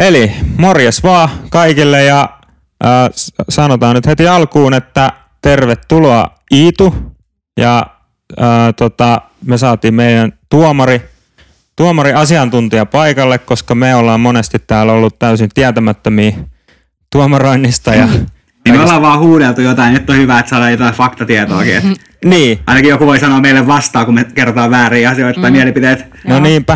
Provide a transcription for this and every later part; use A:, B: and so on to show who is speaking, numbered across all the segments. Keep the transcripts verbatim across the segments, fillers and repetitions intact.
A: Eli morjes vaan kaikille ja äh, sanotaan nyt heti alkuun, että tervetuloa Iitu. Ja äh, tota, me saatiin meidän tuomari, tuomari asiantuntija paikalle, koska me ollaan monesti täällä ollut täysin tietämättömiä tuomaroinnista. Ja
B: niin me ollaan vaan huudeltu jotain, nyt on hyvä, että saadaan jotain faktatietoakin.
A: Niin.
B: Ainakin joku voi sanoa meille vastaan, kun me kerrotaan vääriä asioita mm. tai mielipiteet.
A: No niinpä.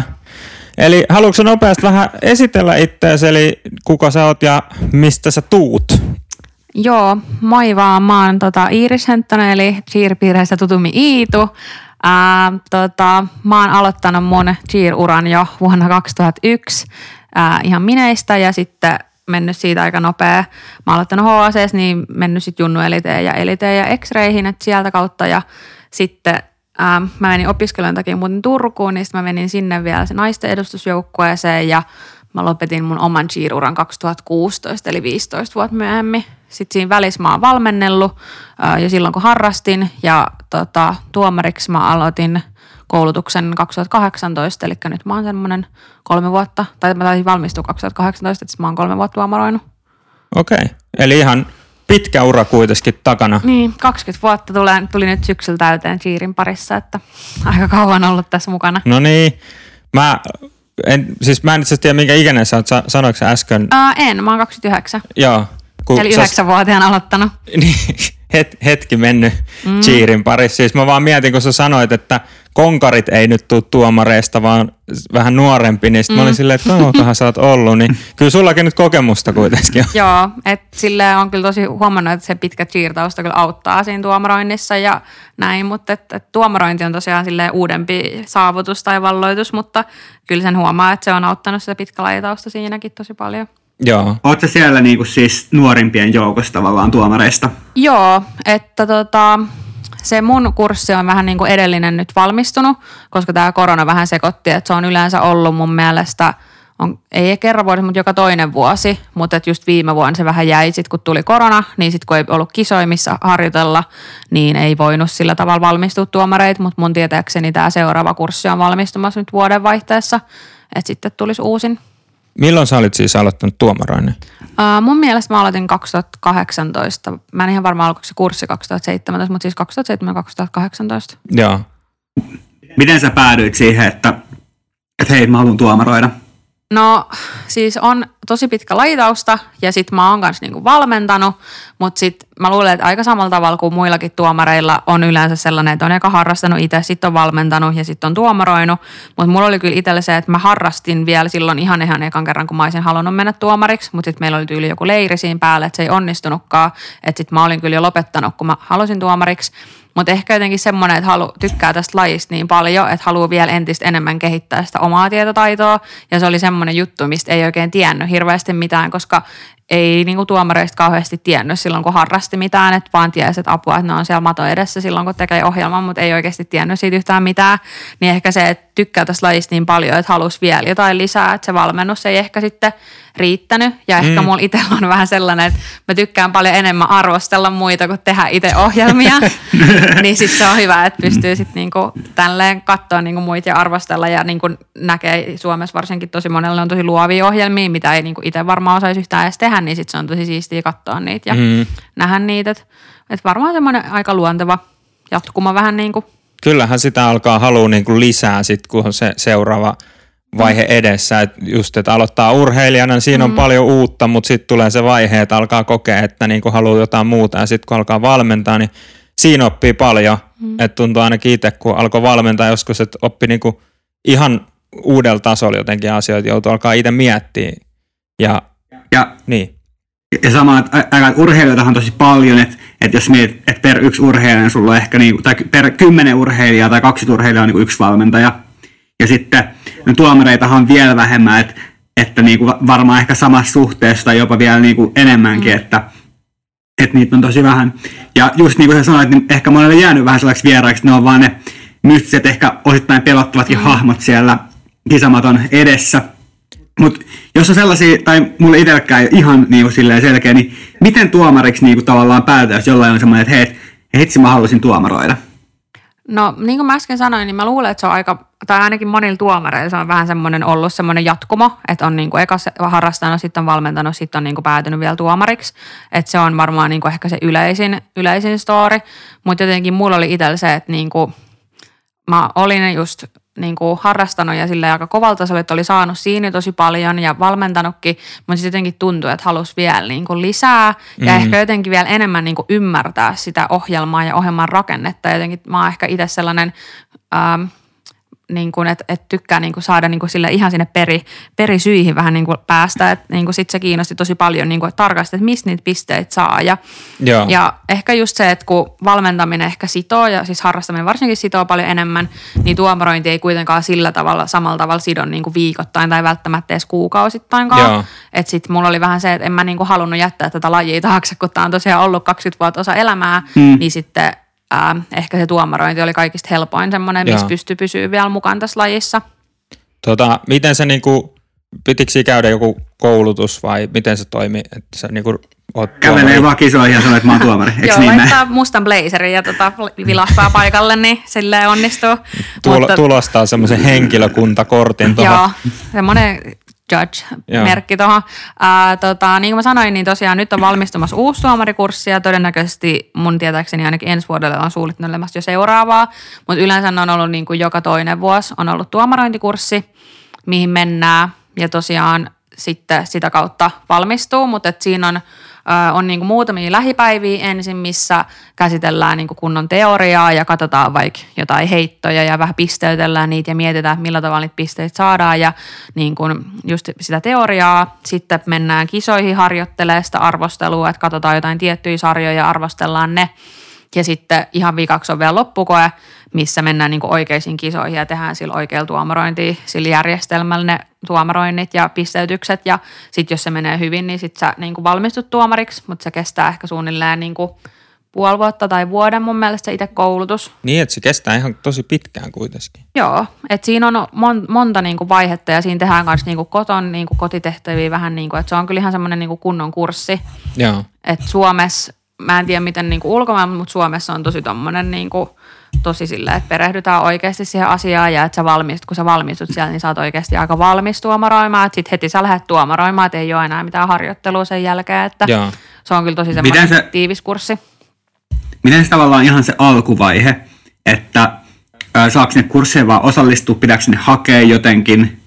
A: Eli haluatko nopeasti vähän esitellä itseäsi, eli kuka sä oot ja mistä sä tuut?
C: Joo, moi vaan. Mä oon tota, Iiris Hönttönen, eli cheer-piireissä tutummin Iitu. Ää, tota, mä oon aloittanut mun cheer-uran jo vuonna kaksituhattayksi ää, ihan Mineistä ja sitten mennyt siitä aika nopea. Mä oon aloittanut H A C:s, niin mennyt sitten Junnu Eliteen ja Eliteen ja X-rayhin, että sieltä kautta ja sitten ää, mä menin opiskelujen takia muuten Turkuun, niin sitten mä menin sinne vielä se naisten edustusjoukkueeseen ja mä lopetin mun oman cheer-uran kaksituhattakuusitoista, eli viisitoista vuotta myöhemmin. Sitten siinä välissä mä oon valmennellut ää, jo silloin, kun harrastin. Ja tota, tuomariksi mä aloitin koulutuksen kaksituhattakahdeksantoista, eli nyt mä oon semmoinen kolme vuotta, tai mä taisin valmistua kaksituhattakahdeksantoista, että mä oon kolme vuotta tuomaroinut.
A: Okei, okay. Eli ihan pitkä ura kuitenkin takana.
C: Niin, kaksikymmentä vuotta tuli, tuli nyt syksyllä täyteen cheerin parissa, että aika kauan ollut tässä mukana.
A: No niin, mä... En, siis mä en itse tiedä, minkä ikäinen sä oot. Sanoitko sä äsken?
C: Ää, en, mä oon kaksikymmentäyhdeksän.
A: Joo.
C: Eli yhdeksänvuotiaan sä... aloittanut.
A: Het, hetki mennyt mm. cheerin parissa. Siis mä vaan mietin, kun sä sanoit, että konkarit ei nyt tule tuomareista, vaan vähän nuorempi, niin sit mm. mä olin silleen, että kauankohan sä oot ollut. Niin kyllä sullakin nyt kokemusta kuitenkin on.
C: Joo, että silleen on kyllä tosi huomannut, että se pitkä cheer-tausta kyllä auttaa siinä tuomaroinnissa ja näin, mutta että, että tuomarointi on tosiaan silleen uudempi saavutus tai valloitus, mutta kyllä sen huomaa, että se on auttanut sitä pitkä lajitausta siinäkin tosi paljon.
A: Joo.
B: Ootko siellä niinku siis nuorimpien joukossa tavallaan tuomareista?
C: Joo, että tota, se mun kurssi on vähän niin kuin edellinen nyt valmistunut, koska tämä korona vähän sekoitti, että se on yleensä ollut mun mielestä, on, ei kerran vuodessa, mutta joka toinen vuosi, mutta että just viime vuonna se vähän jäi, sit kun tuli korona, niin sitten kun ei ollut kisoja, missä harjoitella, niin ei voinut sillä tavalla valmistua tuomareita, mutta mun tietääkseni tämä seuraava kurssi on valmistumassa nyt vuodenvaihteessa, että sitten tulisi uusin.
A: Milloin sä olit siis aloittanut tuomaroinnin?
C: Uh, mun mielestä mä aloitin kaksituhattakahdeksantoista. Mä en ihan varmaan ollut se kurssi kaksituhattaseitsemäntoista, mutta siis kaksituhattaseitsemäntoista kaksituhattakahdeksantoista.
A: Joo.
B: Miten sä päädyit siihen, että, että hei, mä haluan tuomaroida?
C: No siis on tosi pitkä lajitausta ja sit mä oon kanssa niinku valmentanut, mutta sit mä luulen, että aika samalla tavalla kuin muillakin tuomareilla on yleensä sellainen, että on eka harrastanut itse, sit on valmentanut ja sit on tuomaroinut, mutta mulla oli kyllä itsellä se, että mä harrastin vielä silloin ihan ihan ekan kerran, kun mä olisin halunnut mennä tuomariksi, mutta sit meillä oli tyyli joku leiri siinä päällä, että se ei onnistunutkaan, että sit mä olin kyllä jo lopettanut, kun mä halusin tuomariksi. Mutta ehkä jotenkin semmoinen, että halu, tykkää tästä lajista niin paljon, että haluaa vielä entistä enemmän kehittää sitä omaa tietotaitoa. Ja se oli semmoinen juttu, mistä ei oikein tiennyt hirveästi mitään, koska ei niinku tuomareista kauheasti tiennyt silloin, kun harrasti mitään. Että vaan tiesi, että apua, että ne on siellä mato edessä silloin, kun tekee ohjelman, mutta ei oikeasti tiennyt siitä yhtään mitään. Niin ehkä se, että tykkää tästä lajista niin paljon, että halusi vielä jotain lisää, että se valmennus ei ehkä sitten riittänyt. Ja ehkä mm. mulla itsellä on vähän sellainen, että mä tykkään paljon enemmän arvostella muita kuin tehdä itse ohjelmia. Niin sitten se on hyvä, että pystyy sitten niinku tälleen katsoa niinku muita ja arvostella. Ja niinku näkee Suomessa varsinkin tosi monella on tosi luovia ohjelmia, mitä ei niinku itse varmaan osaisi yhtään edes tehdä. Niin sitten se on tosi siistiä katsoa niitä ja mm. nähdä niitä. Että et varmaan semmoinen aika luonteva jatkuma vähän niin kuin.
A: Kyllähän sitä alkaa halua niinku lisää sitten, kun on se seuraava vaihe edessä. Et just, että aloittaa urheilijana, niin siinä on mm. paljon uutta, mutta sitten tulee se vaihe, että alkaa kokea, että niinku haluaa jotain muuta. Ja sitten kun alkaa valmentaa, niin siinä oppii paljon. Mm. Että tuntuu ainakin itse, kun alkoi valmentaa joskus, että oppi niinku ihan uudella tasolla jotenkin asioita, joutuu alkaa itse miettimään. Ja,
B: ja,
A: niin.
B: ja sama, että, että urheilijoitahan on tosi paljon, että, että jos mietit, että per yksi urheilija, sulla on ehkä niinku, tai per kymmenen urheilijaa tai kaksi urheilijaa on niinku yksi valmentaja. Ja sitten no, tuomareitahan on vielä vähemmän, että, että niinku varmaan ehkä samassa suhteessa tai jopa vielä niinku enemmänkin, mm. että, että niitä on tosi vähän. Ja just niin kuin sä sanoit, niin ehkä monelle jäänyt vähän sellaiseksi vieraiksi, että ne on vaan ne mystiset, ehkä osittain pelottavatkin mm. hahmot siellä kisamaton edessä. Mutta jos on sellaisia, tai mulle itsellekään ei ole ihan niinku silleen selkeä, niin miten tuomariksi niinku tavallaan päätetään, jos jollain on semmoinen, että hei, hitsi mä haluaisin tuomaroida?
C: No niin kuin mä äsken sanoin, niin mä luulen, että se on aika, tai ainakin monilla tuomareilla se on vähän semmoinen ollut semmoinen jatkumo, että on niin kuin eka harrastanut, sitten on valmentanut, sitten on niin kuin päätynyt vielä tuomariksi. Että se on varmaan niin kuin ehkä se yleisin, yleisin story, mutta jotenkin mulla oli itsellä se, että niin kuin mä olin just niin kuin harrastanut ja sillä aika kovalta tasolla, että oli saanut siinä tosi paljon ja valmentanutkin, mutta sitten jotenkin tuntui, että halusi vielä niin kuin lisää ja mm-hmm. ehkä jotenkin vielä enemmän niin kuin ymmärtää sitä ohjelmaa ja ohjelman rakennetta. Jotenkin mä oon ehkä itse sellainen, ähm, niin kuin, että, että tykkää niin kuin saada niin kuin sille ihan sinne peri, perisyihin vähän niin kuin päästä, että niin kuin sit se kiinnosti tosi paljon niin kuin, että tarkasti, että mistä niitä pisteitä saa ja, ja ehkä just se, että kun valmentaminen ehkä sitoo ja siis harrastaminen varsinkin sitoo paljon enemmän, niin tuomarointi ei kuitenkaan sillä tavalla, samalla tavalla sidon niin kuin viikoittain tai välttämättä edes kuukausittainkaan. Että sit mulla oli vähän se, että en mä niin kuin halunnut jättää tätä lajia taakse, kun tää on tosiaan ollut kaksikymmentä vuotta osa elämää, mm. niin sitten Äh, ehkä se tuomarointi oli kaikista helpoin semmoinen, missä pystyi pysyä vielä mukaan tässä lajissa.
A: Tota, miten se niinku, pitikö käydä joku koulutus vai miten se toimi, että sä niinku oot
B: kävelee vaan kisoihin ja sanoit, että mä oon tuomari.
C: Joo, niin laittaa mustan blazerin ja tota, vilahtaa paikalle, niin silleen onnistuu.
A: Tulo,
C: Mutta,
A: tulostaa semmoisen henkilökuntakortin tuohon.
C: Joo, semmoinen judge-merkki tuohon. Tota, niin kuin mä sanoin, niin tosiaan nyt on valmistumassa uusi tuomarikurssi ja todennäköisesti mun tietääkseni ainakin ensi vuodelle on suunnittelemassa jo seuraavaa, mutta yleensä on ollut niin kuin joka toinen vuosi on ollut tuomarointikurssi, mihin mennään ja tosiaan sitten sitä kautta valmistuu, mutta et siinä on on niin kuin muutamia lähipäiviä ensin, missä käsitellään niin kuin kunnon teoriaa ja katsotaan vaikka jotain heittoja ja vähän pisteytellään niitä ja mietitään, että millä tavalla niitä pisteitä saadaan ja niin kuin just sitä teoriaa. Sitten mennään kisoihin harjoittelemaan sitä arvostelua, että katsotaan jotain tiettyjä sarjoja ja arvostellaan ne. Ja sitten ihan viikaksi on vielä loppukoe, missä mennään niin kuin oikeisiin kisoihin ja tehdään sillä oikealla tuomarointia, sillä järjestelmällä ne tuomaroinnit ja pisteytykset. Ja sitten jos se menee hyvin, niin sitten sä niin kuin valmistut tuomariksi, mutta se kestää ehkä suunnilleen niin kuin puoli vuotta tai vuoden mun mielestä itse koulutus.
A: Niin, että se kestää ihan tosi pitkään kuitenkin.
C: Joo, että siinä on mon, monta niin kuin vaihetta ja siinä tehdään myös niin kuin koton niin kuin kotitehtäviä vähän niin kuin, että se on kyllä ihan semmoinen niin kuin kunnon kurssi.
A: Joo.
C: Että Suomessa, mä en tiedä miten niin kuin ulkomailla, mutta Suomessa on tosi tommonen niin kuin tosi silleen, että perehdytään oikeasti siihen asiaan ja että sä valmistut, kun sä valmistut siellä, niin sä oot oikeasti aika valmis tuomaroimaan, että sit heti sä lähdet tuomaroimaan, että ei ole enää mitään harjoittelua sen jälkeen, että Joo. se on kyllä tosi semmoinen se, tiivis kurssi.
B: Miten se tavallaan ihan se alkuvaihe, että ää, saako ne kursseja vaan osallistua, pitääkö ne hakea jotenkin?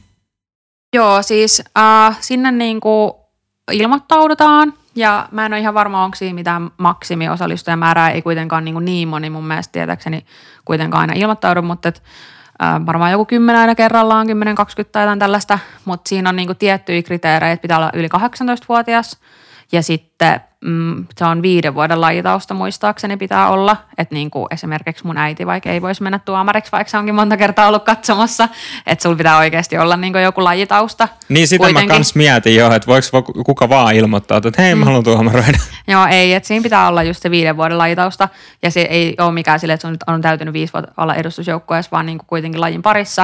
C: Joo, siis äh, sinne niinku ilmoittaudutaan. Ja mä en ole ihan varma, onko siinä mitään maksimiosallistujamäärää, ei kuitenkaan niin, niin moni mun mielestä tietääkseni kuitenkaan aina ilmoittaudu, mutta et, äh, varmaan joku kymmenen aina kerrallaan, kymmenen kaksikymmentä tai jotain tällaista, mutta siinä on niin kuin tiettyjä kriteerejä, että pitää olla yli kahdeksantoistavuotias ja sitten mm, se on viiden vuoden lajitausta muistaakseni pitää olla, että niin kuin esimerkiksi mun äiti vaikka ei voisi mennä tuomariksi, vaikka se onkin monta kertaa ollut katsomassa, että sulla pitää oikeasti olla niin kuin joku lajitausta.
A: Niin sitä kuitenkin. Mä kans mietin jo, että voiko kuka vaan ilmoittaa, että hei mä haluan tuomaroida.
C: Joo ei, että siinä pitää olla just se viiden vuoden lajitausta ja se ei ole mikään sille, että sun on täytynyt viisi vuotta olla edustusjoukkueessa, vaan niin kuin kuitenkin lajin parissa.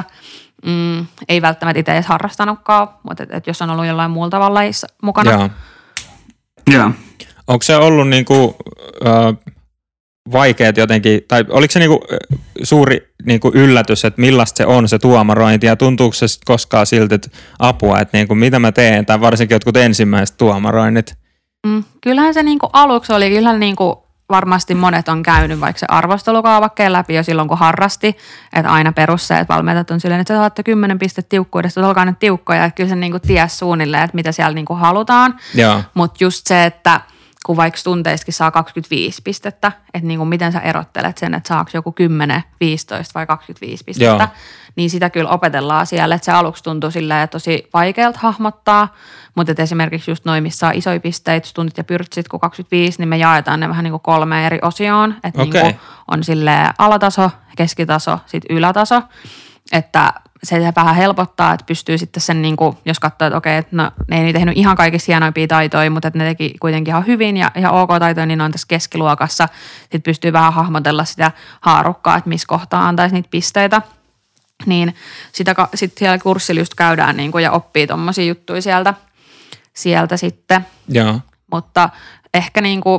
C: Mm, ei välttämättä itse edes harrastanutkaan, mutta et, et jos on ollut jollain muulla tavalla lajissa mukana.
A: Joo.
B: Joo.
A: Onko se ollut niinku, äh, vaikeat jotenkin, tai oliko se niinku, äh, suuri niinku yllätys, että millaista se on se tuomarointi, ja tuntuuko se koskaan siltä, että apua, että niinku, mitä mä teen, tai varsinkin jotkut ensimmäiset tuomaroinnit?
C: Mm, kyllähän se niinku aluksi oli, kyllähän niinku varmasti monet on käynyt vaikka se arvostelukaavakkeen läpi jo silloin, kun harrasti, että aina perus se, että valmentajat on silleen, että te saatte kymmenen pistettä tiukkuudesta, että olkaa nyt tiukkoja, että kyllä se niinku ties suunnilleen, että mitä siellä niinku halutaan, mutta just se, että kun vaikka tunteistakin saa kaksikymmentäviisi pistettä, että niinku miten sä erottelet sen, että saako joku kymmenen, viisitoista vai kaksikymmentäviisi pistettä, Joo. niin sitä kyllä opetellaan siellä, että se aluksi tuntuu silleen tosi vaikealta hahmottaa, mutta esimerkiksi just noin, missä saa isoja pisteitä, tuntit ja pyrtsit, kun kaksikymmentäviisi, niin me jaetaan ne vähän niin kuin kolmeen eri osioon, että okay. niin on silleen alataso, keskitaso, sitten ylätaso, että se vähän helpottaa, että pystyy sitten sen, niin kuin, jos katsoo, että okei, että no, ne ei tehnyt ihan kaikista hienoimpia taitoja, mutta että ne teki kuitenkin ihan hyvin ja ihan ok taitoja, niin ne on tässä keskiluokassa. Sitten pystyy vähän hahmotella sitä haarukkaa, että missä kohtaa antaisi niitä pisteitä. Niin sitä sitten siellä kurssilla just käydään niin kuin, ja oppii tommosia juttuja sieltä, sieltä sitten.
A: Joo.
C: Mutta ehkä niin kuin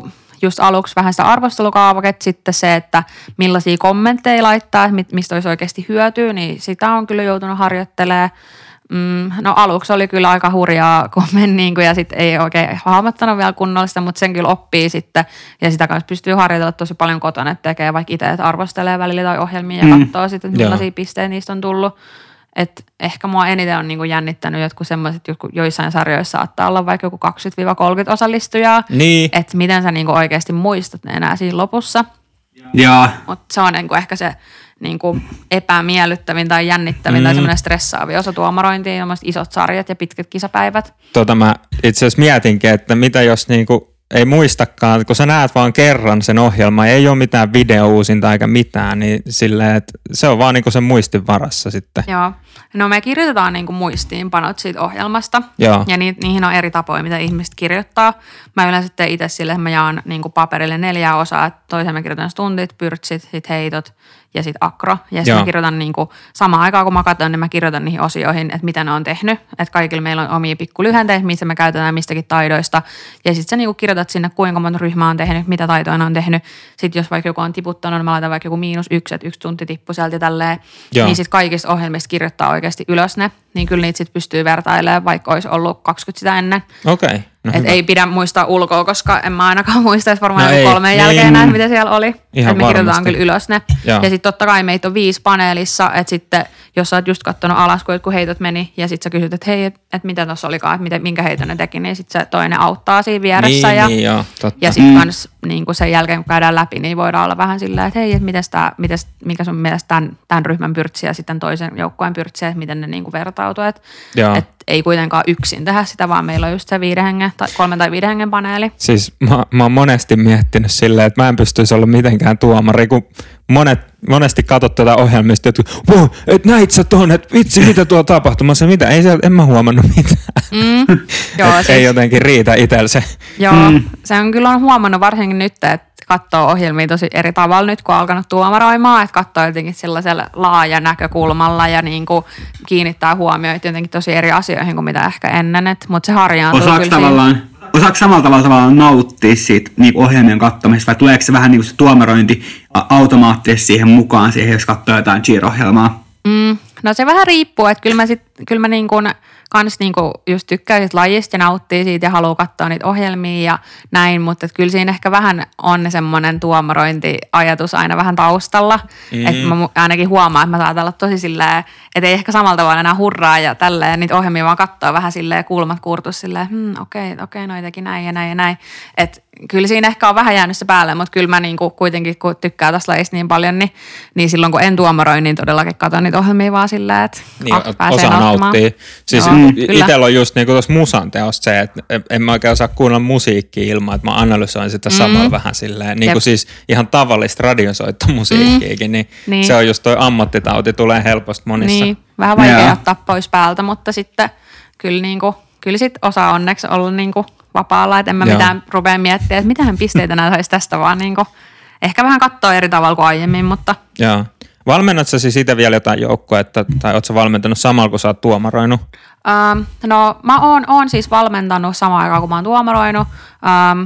C: just aluksi vähän sitä arvostelukaavaketta, sitten se, että millaisia kommentteja laittaa, mistä olisi oikeasti hyötyä, niin sitä on kyllä joutunut harjoittelemaan. Mm, no aluksi oli kyllä aika hurjaa, kun meni niin kuin, ja sitten ei oikein hahmottanut vielä kunnollista, mutta sen kyllä oppii sitten. Ja sitä kanssa pystyy harjoitella tosi paljon kotona, että tekee vaikka itse, että arvostelee välillä tai ohjelmia ja mm. katsoo sitten, että millaisia pisteitä niistä on tullut. Että ehkä mua eniten on niin kuin jännittänyt jotkut semmoiset, joissain sarjoissa saattaa olla vaikka joku kaksikymmentä kolmekymmentä osallistujaa.
A: Niin.
C: Että miten sä niin kuin oikeasti muistat ne enää siinä lopussa.
B: Joo.
C: Mutta se on niin kuin ehkä se niin kuin epämiellyttävin tai jännittävin mm. tai semmoinen stressaavin osa tuomarointiin, isot sarjat ja pitkät kisapäivät.
A: Tota mä itse asiassa mietinkin, että mitä jos niinku ei muistakaan, kun sä näet vaan kerran sen ohjelman, ei ole mitään videouusinta eikä mitään, niin silleen, että se on vaan niinku sen muistin varassa sitten.
C: Joo. No me kirjoitetaan niinku muistiinpanot siitä ohjelmasta.
A: Joo.
C: Ja ni, niihin on eri tapoja, mitä ihmiset kirjoittaa. Mä yleensä teen itse sille, että mä jaan niinku paperille neljää osaa, että toiseen mä kirjoitan stuntit, pyrtsit, sit heitot ja sitten akro. Ja sitten mä kirjoitan niinku, samaan aikaan kun mä katson, niin mä kirjoitan niihin osioihin, että mitä ne on tehnyt. Että kaikilla meillä on omia pikkulyhenteitä, missä me käytetään mistäkin taidoista. Ja sitten sä niinku kirjoitat sinne, kuinka monta ryhmää on tehnyt, mitä taitoja on tehnyt. Sitten jos vaikka joku on tiputtanut, niin mä laitan vaikka joku miinus yksi, että yksi tunti tippu sieltä ja tälleen. Joo. Niin sitten kaikista ohjelmista kirjoittaa oikeasti ylös ne. Niin kyllä niitä sitten pystyy vertailemaan, vaikka olisi ollut kaksikymmentä sitä ennen.
A: Okei. Okay. No
C: et ei pidä muistaa ulkoa, koska en mä ainakaan muista, että varmaan
A: no
C: kolmeen
A: niin.
C: jälkeen näin, mitä siellä oli.
A: Ihan
C: et me kirjoitetaan kyllä ylös ne. Joo. Ja sitten totta kai meitä on viisi paneelissa, että sitten jos sä oot just katsonut alas, kun jotkut heitot meni, ja sitten sä kysyt, että hei, että et mitä tuossa olikaan, että minkä heiton ne teki, niin sitten se toinen auttaa siinä vieressä.
A: Niin,
C: ja
A: niin joo, totta.
C: ja sitten mm. kans niin kun sen jälkeen, kun käydään läpi, niin voidaan olla vähän silleen, että hei, että mites tää, mites, mikä sun mielestä tämän, tämän ryhmän pyrtsiä ja sitten toisen joukkueen pyrtsiä, että miten ne niin vertautuu. Että et ei kuitenkaan yksin tehdä sitä, vaan meillä on just se viiden hengen, tai kolmen tai viiden hengen paneeli.
A: Siis mä, mä oon monesti miettinyt silleen, että mä en pystyisi olla mitenkään tuomari, kun monet, monesti katsot tätä ohjelmista, että wow, et näit sä ton, että vitsi, mitä tuo tapahtumassa, mitä, ei siellä, en mä huomannut mitään. Mm, joo, siis, ei jotenkin riitä itsellä se.
C: Joo, mm. se on kyllä on huomannut varsinkin nyt, että katsoo ohjelmia tosi eri tavalla nyt, kun on alkanut tuomaroimaan, että katsoo jotenkin sellaisella laaja näkökulmalla ja niin kuin kiinnittää huomioita jotenkin tosi eri asioihin kuin mitä ehkä ennen, mutta se harjaantuu
B: Osaako
C: kyllä
B: tavallaan,
C: siinä.
B: Osaako samalla tavalla, tavalla nauttia siitä niin ohjelmien katsomisesta vai tuleeko se vähän niin kuin se tuomarointi automaattisesti siihen mukaan, siihen, jos katsoo jotain cheer-ohjelmaa?
C: Mm, no se vähän riippuu, että kyllä mä, sit, kyllä mä niin kuin kans niinku just tykkää siitä lajista ja nauttii siitä ja haluaa katsoa niitä ohjelmia ja näin, mutta kyllä siinä ehkä vähän on semmoinen tuomarointiajatus aina vähän taustalla. Mm. Että mä ainakin huomaan, että mä saatan olla tosi silleen, että ei ehkä samalla tavalla enää hurraa ja tälleen niitä ohjelmia vaan katsoa vähän silleen kulmat kurtus silleen, hmm, okei, okay, okei, okay, no teki näin ja näin ja näin. Että kyllä siinä ehkä on vähän jäänyt se päälle, mutta kyllä mä niinku kuitenkin, kun tykkää tästä lajista niin paljon, niin, niin silloin kun en tuomaroi, niin todellakin katson niitä ohjelmia vaan silleen, että
A: niin,
C: ah, pääsee
A: osaa
C: nauttimaan.
A: nauttia. Siis
C: mm,
A: itsellä on just niinku tuossa musan teosta se, että en mä oikein osaa kuunnella musiikkia ilman, että mä analysoin sitä mm. samalla vähän silleen. Niin kuin siis ihan tavallista radiosoittomusiikkiakin, mm. niin, niin se on just toi ammattitauti, tulee helposti monissa.
C: Niin, vähän vaikea yeah. ottaa pois päältä, mutta sitten kyllä, niinku, kyllä sit osaa onneksi olla niinku vapaalla, että en mä Joo. mitään rupea miettimään, että mitähän pisteitä nää saisi tästä, vaan niinku, ehkä vähän katsoa eri tavalla kuin aiemmin, mutta...
A: Joo. Valmennat sä siis itse vielä jotain joukkuetta, tai ootko sä valmentanut samalla, kun sä oot tuomaroinut?
C: Ähm, no mä oon, oon siis valmentanut samaan aikaan, kun mä oon tuomaroinut. Ähm,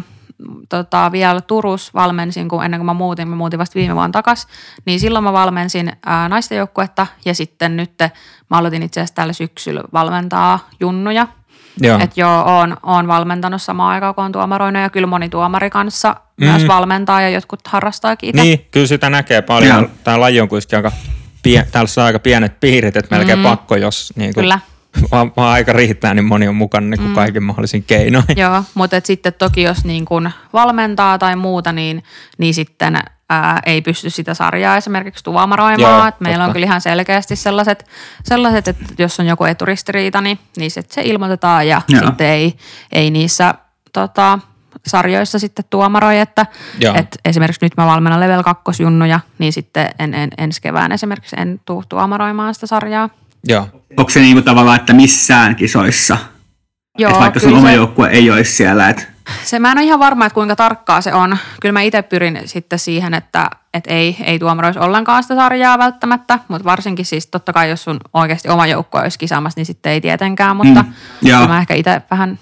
C: tota, vielä Turussa valmensin, kun ennen kuin mä muutin, mä muutin vasta viime vuonna takas, niin silloin mä valmensin ää, naisten joukkuetta ja sitten nyt mä aloitin itse asiassa tällä syksyllä valmentaa junnuja. Joo. Että joo, oon, oon valmentanut samaan aikaan, kun on tuomaroinut ja kyllä moni tuomari kanssa mm. myös valmentaa ja jotkut harrastaakin itse.
A: Niin, kyllä sitä näkee paljon. Ja. Tämä laji on kuitenkin aika, pien, täällä on aika pienet piirit, että melkein mm. pakko, jos niin kuin, kyllä. Vaan, vaan aika riittää, niin moni on mukana niin kuin mm. kaikin mahdollisin keinoin.
C: Joo, mutta et sitten toki jos niin kuin valmentaa tai muuta, niin, niin sitten ää, ei pysty sitä sarjaa esimerkiksi tuomaroimaan. Joo, meillä on kyllä ihan selkeästi sellaiset, sellaiset, että jos on joku eturistiriita, niin, niin sit se ilmoitetaan ja Joo. sitten ei, ei niissä tota, sarjoissa sitten tuomaroi, että et esimerkiksi nyt mä valmennan level kakkosjunnuja, niin sitten en, en, ensi kevään esimerkiksi en tule tuomaroimaan sitä sarjaa.
A: Joo.
B: Onko se niinku tavallaan, että missään kisoissa? Joo, että vaikka sun oma joukkue ei olisi siellä, että...
C: Se mä en ole ihan varma, että kuinka tarkkaa se on. Kyllä mä itse pyrin sitten siihen, että, että ei, ei tuomaroisi ollenkaan sitä sarjaa välttämättä, mutta varsinkin siis totta kai, jos sun oikeasti oma joukkue olisi kisaamassa, niin sitten ei tietenkään, mutta mm, mä ehkä itse vähän,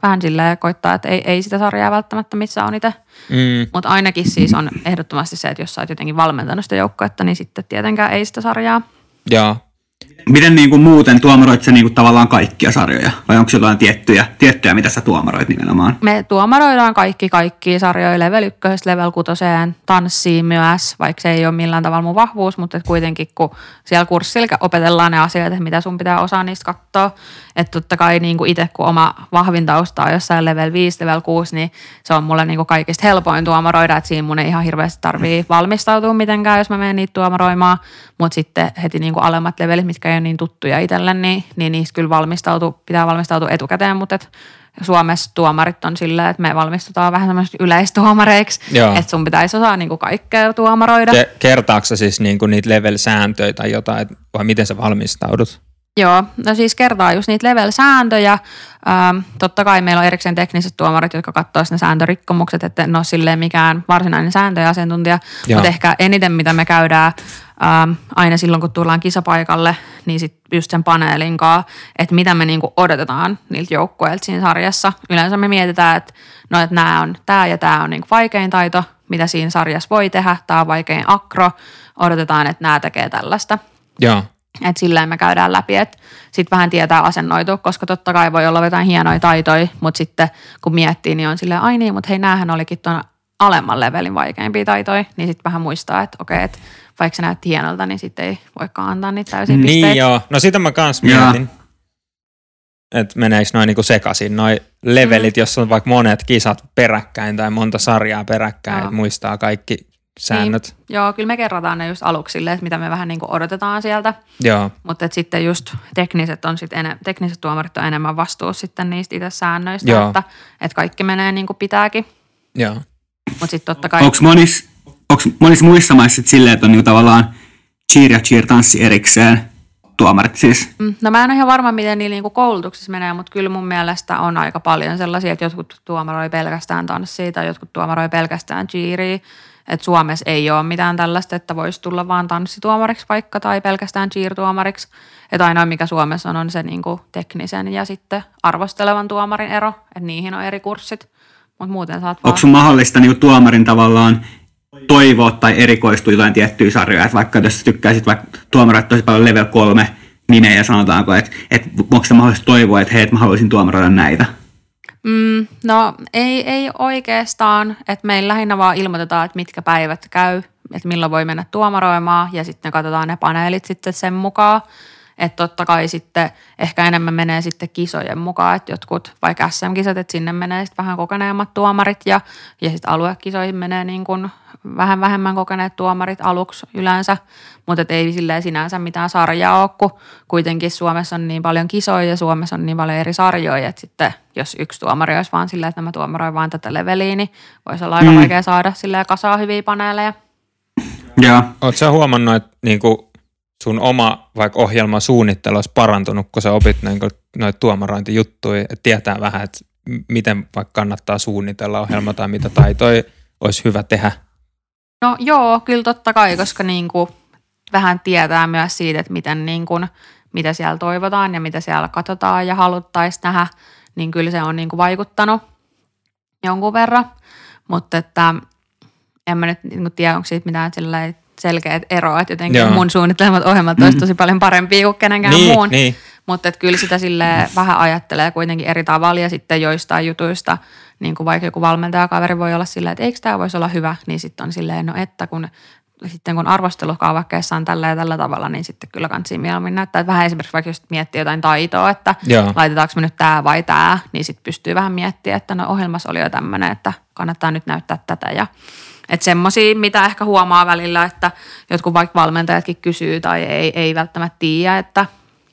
C: vähän silleen koittaa, että ei, ei sitä sarjaa välttämättä missä on itse. Mm. Mutta ainakin siis on ehdottomasti se, että jos sä oot jotenkin valmentanut sitä joukkuetta, niin sitten tietenkään ei sitä sarjaa.
A: Joo.
B: Miten niin kuin muuten tuomaroit sä niin kuin tavallaan kaikkia sarjoja? Vai onko jotain tiettyjä, tiettyjä, mitä sä tuomaroit nimenomaan?
C: Me tuomaroidaan kaikki, kaikkia sarjoja, level ykkösestä, level kutoseen, tanssiin myös, vaikka se ei ole millään tavalla mun vahvuus, mutta kuitenkin kun siellä kurssilla opetellaan ne asiat, että mitä sun pitää osaa niistä katsoa. Että totta kai niin kuin itse, kun oma vahvin tausta on jossain level viisi, level kuusi, niin se on mulle niin kuin kaikista helpoin tuomaroida, että siinä mun ei ihan hirveästi tarvii valmistautua mitenkään, jos mä menen niitä tuomaroimaan. Mutta sitten heti niin kuin alemmat levelit, mitkä ei ole niin tuttuja itselle, niin, niin niistä kyllä valmistautuu, pitää valmistautua etukäteen, mutta et Suomessa tuomarit on silleen, että me valmistutaan vähän semmoisiksi yleistuomareiksi, että sun pitäisi osaa niin kuin kaikkea tuomaroida. Ke-
A: kertaako sä siis niin kuin niitä level-sääntöjä tai jotain, vai miten sä valmistaudut?
C: Joo, no siis kertaa just niitä level-sääntöjä. Ähm, totta kai meillä on erikseen tekniset tuomarit, jotka katsoo ne sääntörikkomukset, että ne ole silleen mikään varsinainen sääntöjä-asiantuntija, mutta ehkä eniten mitä me käydään ähm, aina silloin, kun tullaan kisapaikalle, niin sitten just sen paneelin kanssa, että mitä me niinku odotetaan niiltä joukkueilta siinä sarjassa. Yleensä me mietitään, että no, että nämä on tämä ja tämä on niinku vaikein taito, mitä siinä sarjassa voi tehdä, tämä on vaikein akro, odotetaan, että nämä tekee tällaista.
A: Joo.
C: Että silleen me käydään läpi, että sitten vähän tietää asennoitua, koska totta kai voi olla jotain hienoja taitoja, mutta sitten kun miettii, niin on silleen, ai niin, mutta hei, näähän olikin tuon alemman levelin vaikeimpia taitoja, niin sitten vähän muistaa, että okei, että vaikka se näytti hienolta, niin sitten ei voikaan antaa niitä täysiä
A: niin
C: pisteitä.
A: Niin joo, no sitä mä kans mietin, että meneekö noin niinku sekaisin, noi levelit, mm. jos on vaikka monet kisat peräkkäin tai monta sarjaa peräkkäin, että muistaa kaikki säännöt.
C: Niin. Joo, kyllä me kerrotaan ne just aluksi silleen, että mitä me vähän niin kuin odotetaan sieltä.
A: Joo.
C: Mutta sitten just tekniset, on sit ene, tekniset tuomarit on enemmän vastuussa sitten niistä itse säännöistä, että, että kaikki menee niin kuin pitääkin.
A: Joo.
C: Mutta sitten totta kai...
B: Onko monissa monis muissa maissa silleen, että on niinku tavallaan cheer ja cheer-tanssi erikseen tuomarit siis?
C: No mä en ole ihan varma, miten niillä niinku koulutuksessa menee, mutta kyllä mun mielestä on aika paljon sellaisia, että jotkut tuomaroi pelkästään tanssia tai jotkut tuomaroi pelkästään cheeria. Että Suomessa ei ole mitään tällaista, että voisi tulla vaan tanssituomariksi vaikka tai pelkästään cheer-tuomariksi. Että ainoa mikä Suomessa on, on se niinku teknisen ja sitten arvostelevan tuomarin ero. Että niihin on eri kurssit, mutta muuten saat vaan...
B: Onko sun mahdollista niinku tuomarin tavallaan toivoa tai erikoistua jotain tiettyjä sarjoja? Että vaikka jos tykkäisit vaikka tuomaroida tosi paljon level kolme nimeä, sanotaanko, että et, onko se mahdollista toivoa, että hei, että mä haluaisin tuomaroida näitä?
C: Mm, no ei, ei oikeastaan, että meillä lähinnä vaan ilmoitetaan, että mitkä päivät käy, että milloin voi mennä tuomaroimaan ja sitten katsotaan ne paneelit sitten sen mukaan. Että totta kai sitten ehkä enemmän menee sitten kisojen mukaan, että jotkut vaikka S M-kisat, että sinne menee sitten vähän kokeneemmat tuomarit ja, ja sitten aluekisoihin menee niin kuin vähän vähemmän kokeneet tuomarit aluksi yleensä, mutta ei silleen sinänsä mitään sarjaa ole, kun kuitenkin Suomessa on niin paljon kisoja ja Suomessa on niin paljon eri sarjoja, että sitten jos yksi tuomari olisi vaan silleen, että mä tuomaroin vaan tätä leveliä, niin voisi olla aika mm. vaikea saada silleen kasaa hyviä paneeleja.
B: Joo.
A: Ootko sä huomannut, että niinku sun oma vaikka ohjelman suunnittelu olisi parantunut, kun sä opit noita tuomarointijuttuja, että tietää vähän, että miten vaikka kannattaa suunnitella ohjelma tai mitä taitoja olisi hyvä tehdä?
C: No joo, kyllä totta kai, koska niin kuin vähän tietää myös siitä, että miten niin kuin, mitä siellä toivotaan ja mitä siellä katsotaan ja haluttaisiin nähdä, niin kyllä se on niin kuin vaikuttanut jonkun verran. Mutta että en mä nyt niin kuin tiedä, onko siitä mitään selkeät eroa, että jotenkin joo. mun suunnittelemat ohjelmat olisi tosi paljon parempia kuin kenenkään
A: niin,
C: muun.
A: Niin.
C: Mutta kyllä sitä silleen vähän ajattelee kuitenkin eri tavalla ja sitten joistain jutuista, niin kuin vaikka joku valmentajakaveri voi olla silleen, että eikö tämä voisi olla hyvä, niin sitten on silleen, no että kun, sitten kun arvostelukaavakkeessa on tällä ja tällä tavalla, niin sitten kyllä kansi mieluummin näyttää, että vähän esimerkiksi vaikka just miettii jotain taitoa, että joo. laitetaanko me nyt tämä vai tämä, niin sitten pystyy vähän miettimään, että no ohjelmassa oli jo tämmöinen, että kannattaa nyt näyttää tätä ja että semmoisia, mitä ehkä huomaa välillä, että jotkut vaikka valmentajatkin kysyy tai ei, ei välttämättä tiedä, että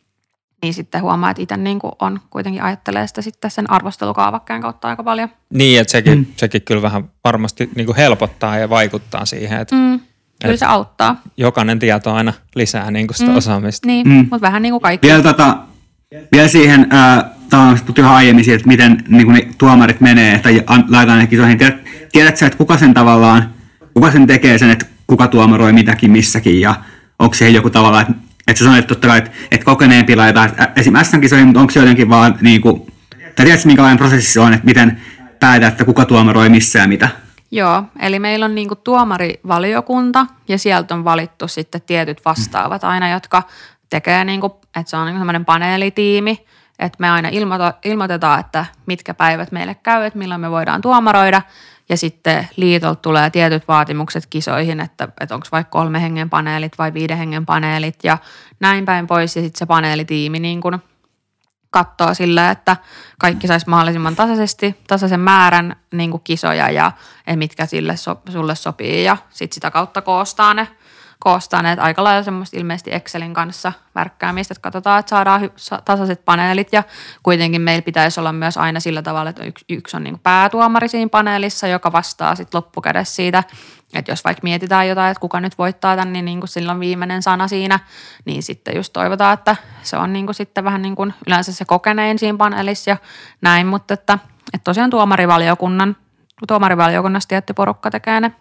C: niin sitten huomaa, että itse niin kuin on kuitenkin ajattelee sitä sitten sen arvostelukaavakkeen kautta aika paljon.
A: Niin, että sekin, mm. sekin kyllä vähän varmasti niin kuin helpottaa ja vaikuttaa siihen. Että,
C: mm. Kyllä se auttaa.
A: Jokainen tieto aina lisää niin kuin sitä mm. osaamista.
C: Niin, mm. mutta vähän niin kuin kaikki.
B: Vielä, tota, vielä siihen, äh, tavallaan ihan aiemmin siitä, että miten niin kuin ne tuomarit menee tai laitetaan ne kisoihin. Tiedät, tiedätkö sä, että kuka sen tavallaan, kuka sen tekee sen, että kuka tuomaroi mitäkin missäkin ja onko siihen joku tavallaan, että että sä sanoit totta kai, että, että kokeneempi laitetaan esimerkiksi S M-kisoihin, mutta onko se jotenkin vaan niin kuin, tiedätkö, minkälainen prosessi se on, että miten päätetään, että kuka tuomaroi missä ja mitä?
C: Joo, eli meillä on niinku tuomarivaliokunta ja sieltä on valittu sitten tietyt vastaavat aina, jotka tekee, niinku, että se on niinku semmoinen paneelitiimi, että me aina ilmoita, ilmoitetaan, että mitkä päivät meille käy, että milloin me voidaan tuomaroida ja sitten liitolta tulee tietyt vaatimukset kisoihin, että, että onko vaikka kolme hengen paneelit vai viiden hengen paneelit ja näin päin pois ja sitten se paneelitiimi niin kuin katsoo sillä, että kaikki saisi mahdollisimman tasaisesti, tasaisen määrän niin kuin kisoja ja mitkä sille so, sulle sopii ja sitten sitä kautta koostaa ne, koostaa ne, että aika lailla semmoista ilmeisesti Excelin kanssa värkkäämistä, että katsotaan, että saadaan hy- tasaiset paneelit ja kuitenkin meillä pitäisi olla myös aina sillä tavalla, että yksi, yksi on niin kuin päätuomari siinä paneelissa, joka vastaa sitten loppukädessä siitä, että jos vaikka mietitään jotain, että kuka nyt voittaa tämän, niin, niin kuin sillä on viimeinen sana siinä, niin sitten just toivotaan, että se on niin kuin sitten vähän niin kuin yleensä se kokenein siinä paneelissa ja näin, mutta että, että tosiaan tuomarivaliokunnan, tuomarivaliokunnassa tietty porukka tekee ne.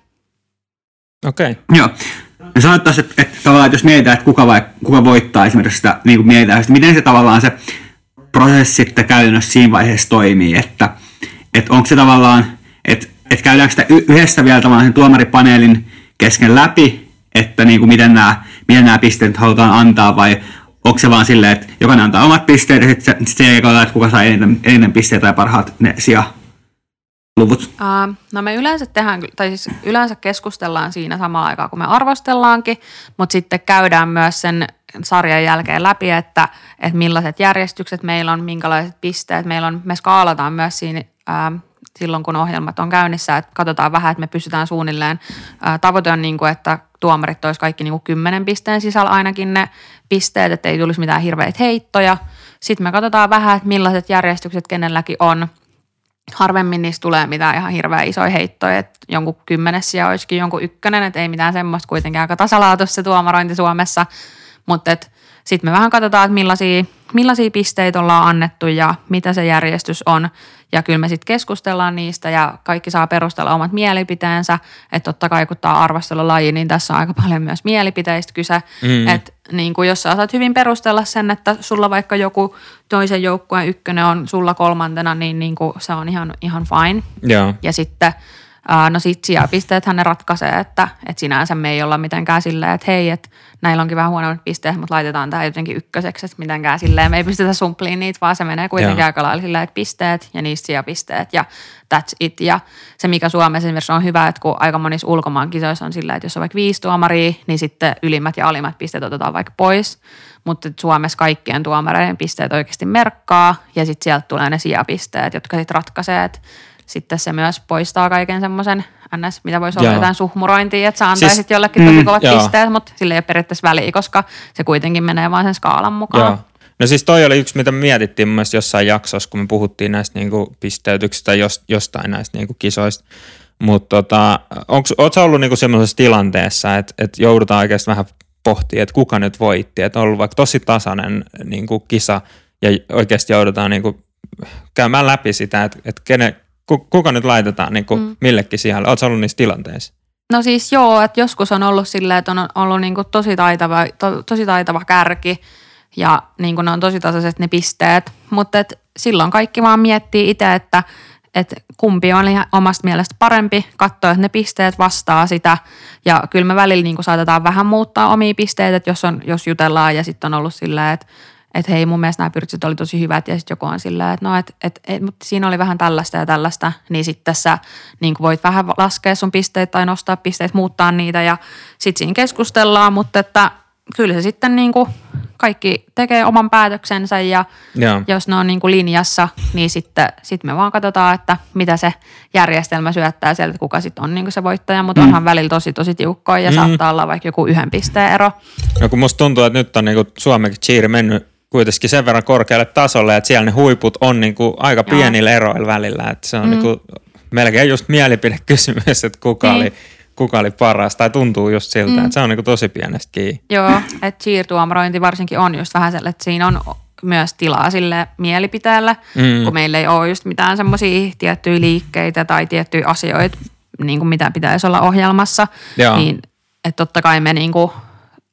A: Okei. Okay.
B: Joo. Ja sanottaisiin, että, että tavallaan, että jos mietitään, että kuka, vai, kuka voittaa esimerkiksi sitä, niin kuin mietitään, että miten se tavallaan se prosessi sitten käytännössä siinä vaiheessa toimii, että, että onko se tavallaan, että, että käydäänkö sitä yhdessä vielä tavallaan sen tuomaripaneelin kesken läpi, että niin kuin miten, nämä, miten nämä pisteet halutaan antaa, vai onko se vaan silleen, että jokainen antaa omat pisteet ja sitten se, se ei katsotaan, että kuka saa eniten, eniten pisteitä ja parhaat ne sijaa. Luvut.
C: Uh, no me yleensä tehdään, tai siis yleensä keskustellaan siinä samalla aikaa, kun me arvostellaankin, mutta sitten käydään myös sen sarjan jälkeen läpi, että, että millaiset järjestykset meillä on, minkälaiset pisteet meillä on. Me skaalataan myös siinä uh, silloin, kun ohjelmat on käynnissä, että katsotaan vähän, että me pystytään suunnilleen. Uh, tavoite on, niin kuin, että tuomarit olisi kaikki niin kuin kymmenen pisteen sisällä ainakin ne pisteet, että ei tulisi mitään hirveitä heittoja. Sitten me katsotaan vähän, että millaiset järjestykset kenelläkin on. Harvemmin niistä tulee mitään ihan hirveän isoja heittoja, että jonkun kymmenes ja olisikin jonkun ykkönen, että ei mitään semmoista kuitenkin aika tasalaatuista se tuomarointi Suomessa, mutta sitten me vähän katsotaan, että millaisia, millaisia pisteitä ollaan annettu ja mitä se järjestys on ja kyllä me sitten keskustellaan niistä ja kaikki saa perustella omat mielipiteensä, että totta kai kun tämä on arvostelulaji, niin tässä on aika paljon myös mielipiteistä kyse, mm. että niin kuin jos sä osaat hyvin perustella sen, että sulla vaikka joku toisen joukkueen ykkönen on sulla kolmantena, niin, niin kuin se on ihan, ihan fine.
A: Joo.
C: Ja sitten, no sit sijapisteethän ne ratkaisee, että, että sinänsä me ei olla mitenkään silleen, että hei, että näillä onkin vähän huonommat pisteet, mutta laitetaan tämä jotenkin ykköseksi, että mitenkään silleen me ei pystytä sumpliin niitä, vaan se menee kuitenkin Joo. aika lailla silleen, että pisteet ja niistä sijapisteet ja that's it. Ja se, mikä Suomessa esimerkiksi on hyvä, että kun aika monissa ulkomaan kisoissa on silleen, että jos on vaikka viisi tuomaria, niin sitten ylimmät ja alimmat pisteet otetaan vaikka pois. Mutta Suomessa kaikkien tuomareiden pisteet oikeasti merkkaa ja sitten sieltä tulee ne sijapisteet, jotka sitten ratkaisee, että sitten se myös poistaa kaiken semmoisen, ns. Mitä voisi olla joo. jotain suhmurointia, että sä antaisit siis, jollekin tosi kovat mm, pisteet, mutta sillä ei ole periaatteessa väliä, koska se kuitenkin menee vaan sen skaalan mukaan. Joo.
A: No siis toi oli yksi, mitä me mietittiin mun mielestä jossain jaksossa, kun me puhuttiin näistä niinku pisteytyksistä jostain näistä niinku kisoista. Mutta tota, ootko sä ollut niinku semmoisessa tilanteessa, että et joudutaan oikeasti vähän pohtimaan, että kuka nyt voitti, että on ollut vaikka tosi tasainen niinku kisa ja oikeasti joudutaan niinku käymään läpi sitä, että et kene kuka nyt laitetaan niin kuin mm. millekin sijalle? Oletko ollut niissä tilanteissa?
C: No siis joo, että joskus on ollut silleen, että on ollut niin kuin tosi, taitava, to, tosi taitava kärki ja niin kuin ne on tosi tasaiset ne pisteet, mutta et silloin kaikki vaan miettii itse, että et kumpi on ihan omasta mielestä parempi, katsoo, että ne pisteet vastaa sitä ja kyllä me välillä niin kuin saatetaan vähän muuttaa omia pisteitä, että jos, on, jos jutellaan ja sitten on ollut silleen, että että hei, mun mielestä nämä pyrksit oli tosi hyvät ja sitten joku on silleen, että no, että et, et, mutta siinä oli vähän tällaista ja tällaista, niin sitten sä niin voit vähän laskea sun pisteitä tai nostaa pisteitä, muuttaa niitä ja sitten siinä keskustellaan, mutta että kyllä se sitten niin kuin kaikki tekee oman päätöksensä ja Joo. jos ne on niin kuin linjassa, niin sitten sit me vaan katsotaan, että mitä se järjestelmä syöttää sieltä, kuka sitten on niin kuin se voittaja, mutta mm. onhan välillä tosi tosi tiukkoja ja mm. saattaa olla vaikka joku yhden pisteen ero.
A: No kun musta tuntuu, että nyt on niin kuin Suomenkin cheeri mennyt kuitenkin sen verran korkealle tasolle, että siellä ne huiput on niin kuin aika pienillä Joo. eroilla välillä, että se on mm. niin kuin melkein just mielipidekysymys, että kuka niin. oli kuka oli paras, tai tuntuu just siltä, mm. että se on niinku tosi pienestä kiinni.
C: Joo, että cheer-tuomarointi varsinkin on just vähän sellainen, että siinä on myös tilaa sille mielipiteelle, mm. kun meillä ei ole just mitään semmoisia tiettyjä liikkeitä tai tiettyjä asioita, niin kuin mitä pitäisi olla ohjelmassa, Joo. niin että totta kai me niinku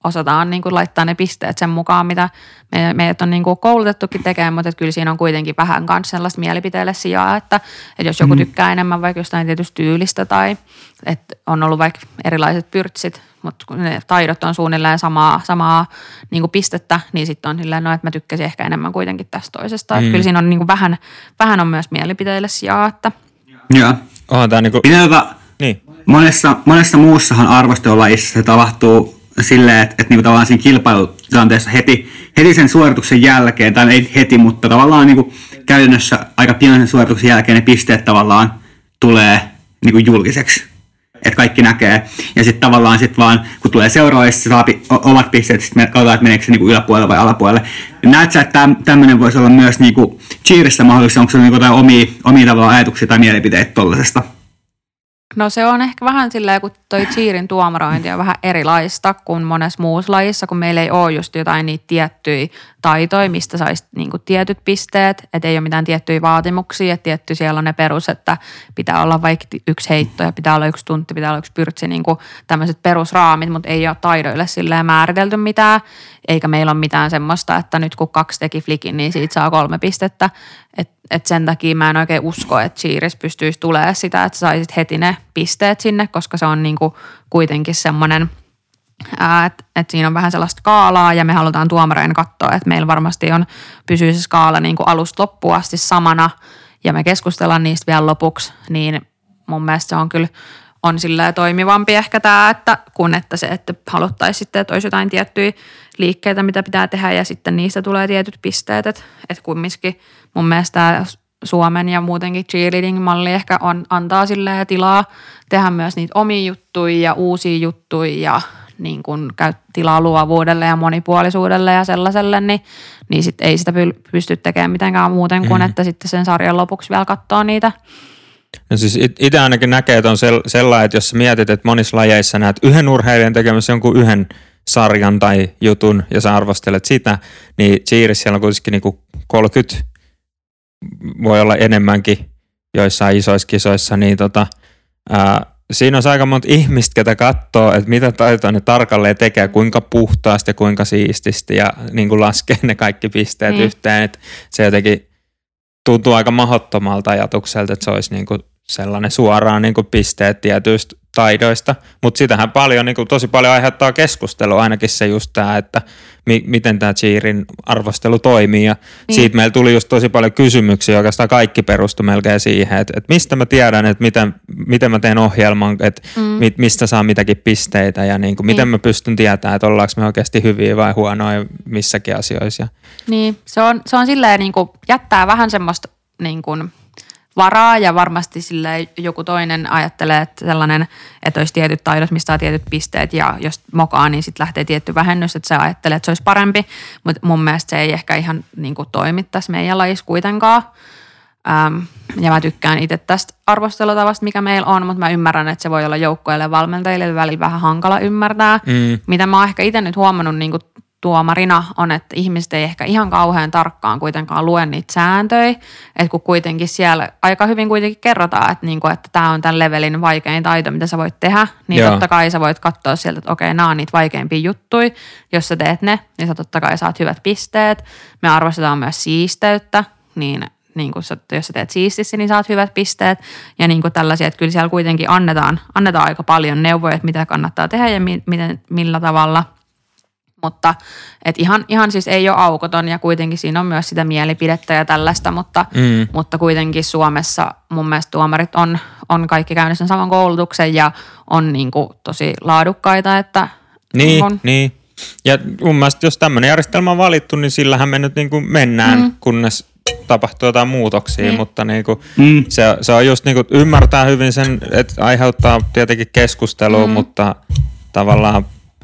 C: osataan niin kuin laittaa ne pisteet sen mukaan, mitä me, meidät on niin kuin koulutettukin tekemään, mutta kyllä siinä on kuitenkin vähän myös sellaista mielipiteelle sijaa, että, että jos joku tykkää enemmän vaikka jostain tietystä tyylistä tai että on ollut vaikka erilaiset pyrtsit, mutta kun ne taidot on suunnilleen samaa, samaa niin kuin pistettä, niin sitten on silleen, no, että mä tykkäsin ehkä enemmän kuitenkin tästä toisesta. Mm. Että kyllä siinä on niin kuin vähän, vähän on myös mielipiteille sijaa, että
B: Joo.
A: Onhan tää niinku...
B: Tota,
A: niin.
B: monessa, monessa muussahan arvostelulajissa se tapahtuu silleen, että, että niinku tavallaan siinä kilpailutilanteessa heti, heti sen suorituksen jälkeen, tai ei heti, mutta tavallaan niinku käytännössä aika pian sen suorituksen jälkeen ne pisteet tavallaan tulee niinku julkiseksi. Että kaikki näkee. Ja sitten tavallaan sit vaan, kun tulee seuraava, se saa pi- omat pisteet, sitten me katsotaan, että meneekö se niinku yläpuolelle vai alapuolelle. Näet sä, että tämmöinen voisi olla myös niinku cheerissä mahdollista? Onko se niinku jotain omia, omia tavallaan ajatuksia tai mielipiteitä tollasesta?
C: no se on ehkä vähän silleen, kun toi cheerin tuomarointi on vähän erilaista kuin monessa muussa lajissa, kun meillä ei ole just jotain niitä tiettyjä taitoja, mistä saisi niinku tietyt pisteet, että ei ole mitään tiettyjä vaatimuksia, että tietty siellä on ne perus, että pitää olla vaikka yksi heitto ja pitää olla yksi tunti, pitää olla yksi pyrtsi, niinku tämmöiset perusraamit, mutta ei ole taidoille silleen määritelty mitään, eikä meillä ole mitään semmoista, että nyt kun kaksi teki flikin, niin siitä saa kolme pistettä, että et sen takia mä en oikein usko, että cheeris pystyisi tulemaan sitä, että saisit heti ne pisteet sinne, koska se on niinku kuitenkin semmoinen, että et siinä on vähän sellaista skaalaa ja me halutaan tuomareina katsoa, että meillä varmasti on pysyy se skaala niinku alusta loppuun asti samana ja me keskustellaan niistä vielä lopuksi, niin mun mielestä se on kyllä on sillä toimivampi ehkä tämä, että kun että se, että haluttaisiin sitten, että olisi jotain tiettyjä liikkeitä, mitä pitää tehdä ja sitten niistä tulee tietyt pisteet, että, että kumminkin mun mielestä Suomen ja muutenkin cheerleading-malli ehkä on, antaa silleen tilaa tehdä myös niitä omia juttuja ja uusia juttuja ja niin kun käy tilaa luovuudelle ja monipuolisuudelle ja sellaiselle, niin, niin sit ei sitä pysty tekemään mitenkään muuten kuin, mm. että sitten sen sarjan lopuksi vielä katsoo niitä.
A: No siis itse ainakin näkee, että on sellainen, että jos sä mietit, että monissa lajeissa näet yhden urheilijan tekemässä jonkun yhden sarjan tai jutun ja sä arvostelet sitä, niin cheerissä siellä on kuitenkin niinku kolmekymmentä, voi olla enemmänkin joissain isoissa kisoissa, niin tota, ää, siinä on aika monta ihmistä, ketä katsoo, että mitä taitoa ne tarkalleen tekee, kuinka puhtaasti ja kuinka siististi ja niin kuin laskee ne kaikki pisteet mm. yhteen, että se jotenkin tuntuu aika mahdottomalta ajatukselta, että se olisi niin kuin sellainen suoraan niin kuin pisteet tietyistä taidoista, mutta sitähän paljon, niin kuin tosi paljon aiheuttaa keskustelua, ainakin se just tämä, että mi- miten tämä cheerin arvostelu toimii ja niin. Siitä meillä tuli just tosi paljon kysymyksiä, oikeastaan kaikki perustui melkein siihen, että, että mistä mä tiedän, että miten, miten mä teen ohjelman, että mm. mi- mistä saa mitäkin pisteitä ja niin kuin, niin. miten mä pystyn tietämään, että ollaanko me oikeasti hyviä vai huonoja missäkin asioissa.
C: Niin, se on, se on silleen niin kuin jättää vähän semmoista niin kuin varaa ja varmasti sille joku toinen ajattelee, että sellainen, että olisi tietyt taidot, mistä saa tietyt pisteet ja jos mokaa, niin sitten lähtee tietty vähennys, että se ajattelee, että se olisi parempi, mutta mun mielestä se ei ehkä ihan niin kuin toimi tässä meidän lajissa kuitenkaan. Ähm, ja mä tykkään itse tästä arvostelutavasta, mikä meillä on, mutta mä ymmärrän, että se voi olla joukkoille valmentajille välillä vähän hankala ymmärtää. Mm. Mitä mä oon ehkä itse nyt huomannut niin kuin tuomarina on, että ihmiset ei ehkä ihan kauhean tarkkaan kuitenkaan lue niitä sääntöjä, että kun kuitenkin siellä aika hyvin kuitenkin kerrotaan, että, niinku, että tämä on tämän levelin vaikein taito, mitä sä voit tehdä, niin Joo. totta kai sä voit katsoa sieltä, että okei, nämä on niitä vaikeimpia juttuja, jos sä teet ne, niin sä totta kai saat hyvät pisteet. Me arvostetaan myös siisteyttä, niin niin kun sä, jos sä teet siistissä, niin saat hyvät pisteet ja niin kuin tällaisia, että kyllä siellä kuitenkin annetaan, annetaan aika paljon neuvoja, että mitä kannattaa tehdä ja mi, miten, millä tavalla. Mutta et ihan, ihan siis ei ole aukoton ja kuitenkin siinä on myös sitä mielipidettä ja tällaista, mutta, mm. mutta kuitenkin Suomessa mun mielestä tuomarit on, on kaikki käynyt sen saman koulutuksen ja on niin kuin tosi laadukkaita. Että
A: niin,
C: on.
A: niin. Ja mun mielestä jos tämmöinen järjestelmä on valittu, niin sillähän me nyt niin kuin mennään, mm. kunnes tapahtuu jotain muutoksia, niin. mutta niin kuin mm. se, se on just niin kuin ymmärtää hyvin sen, että aiheuttaa tietenkin keskustelua, mm. mutta tavallaan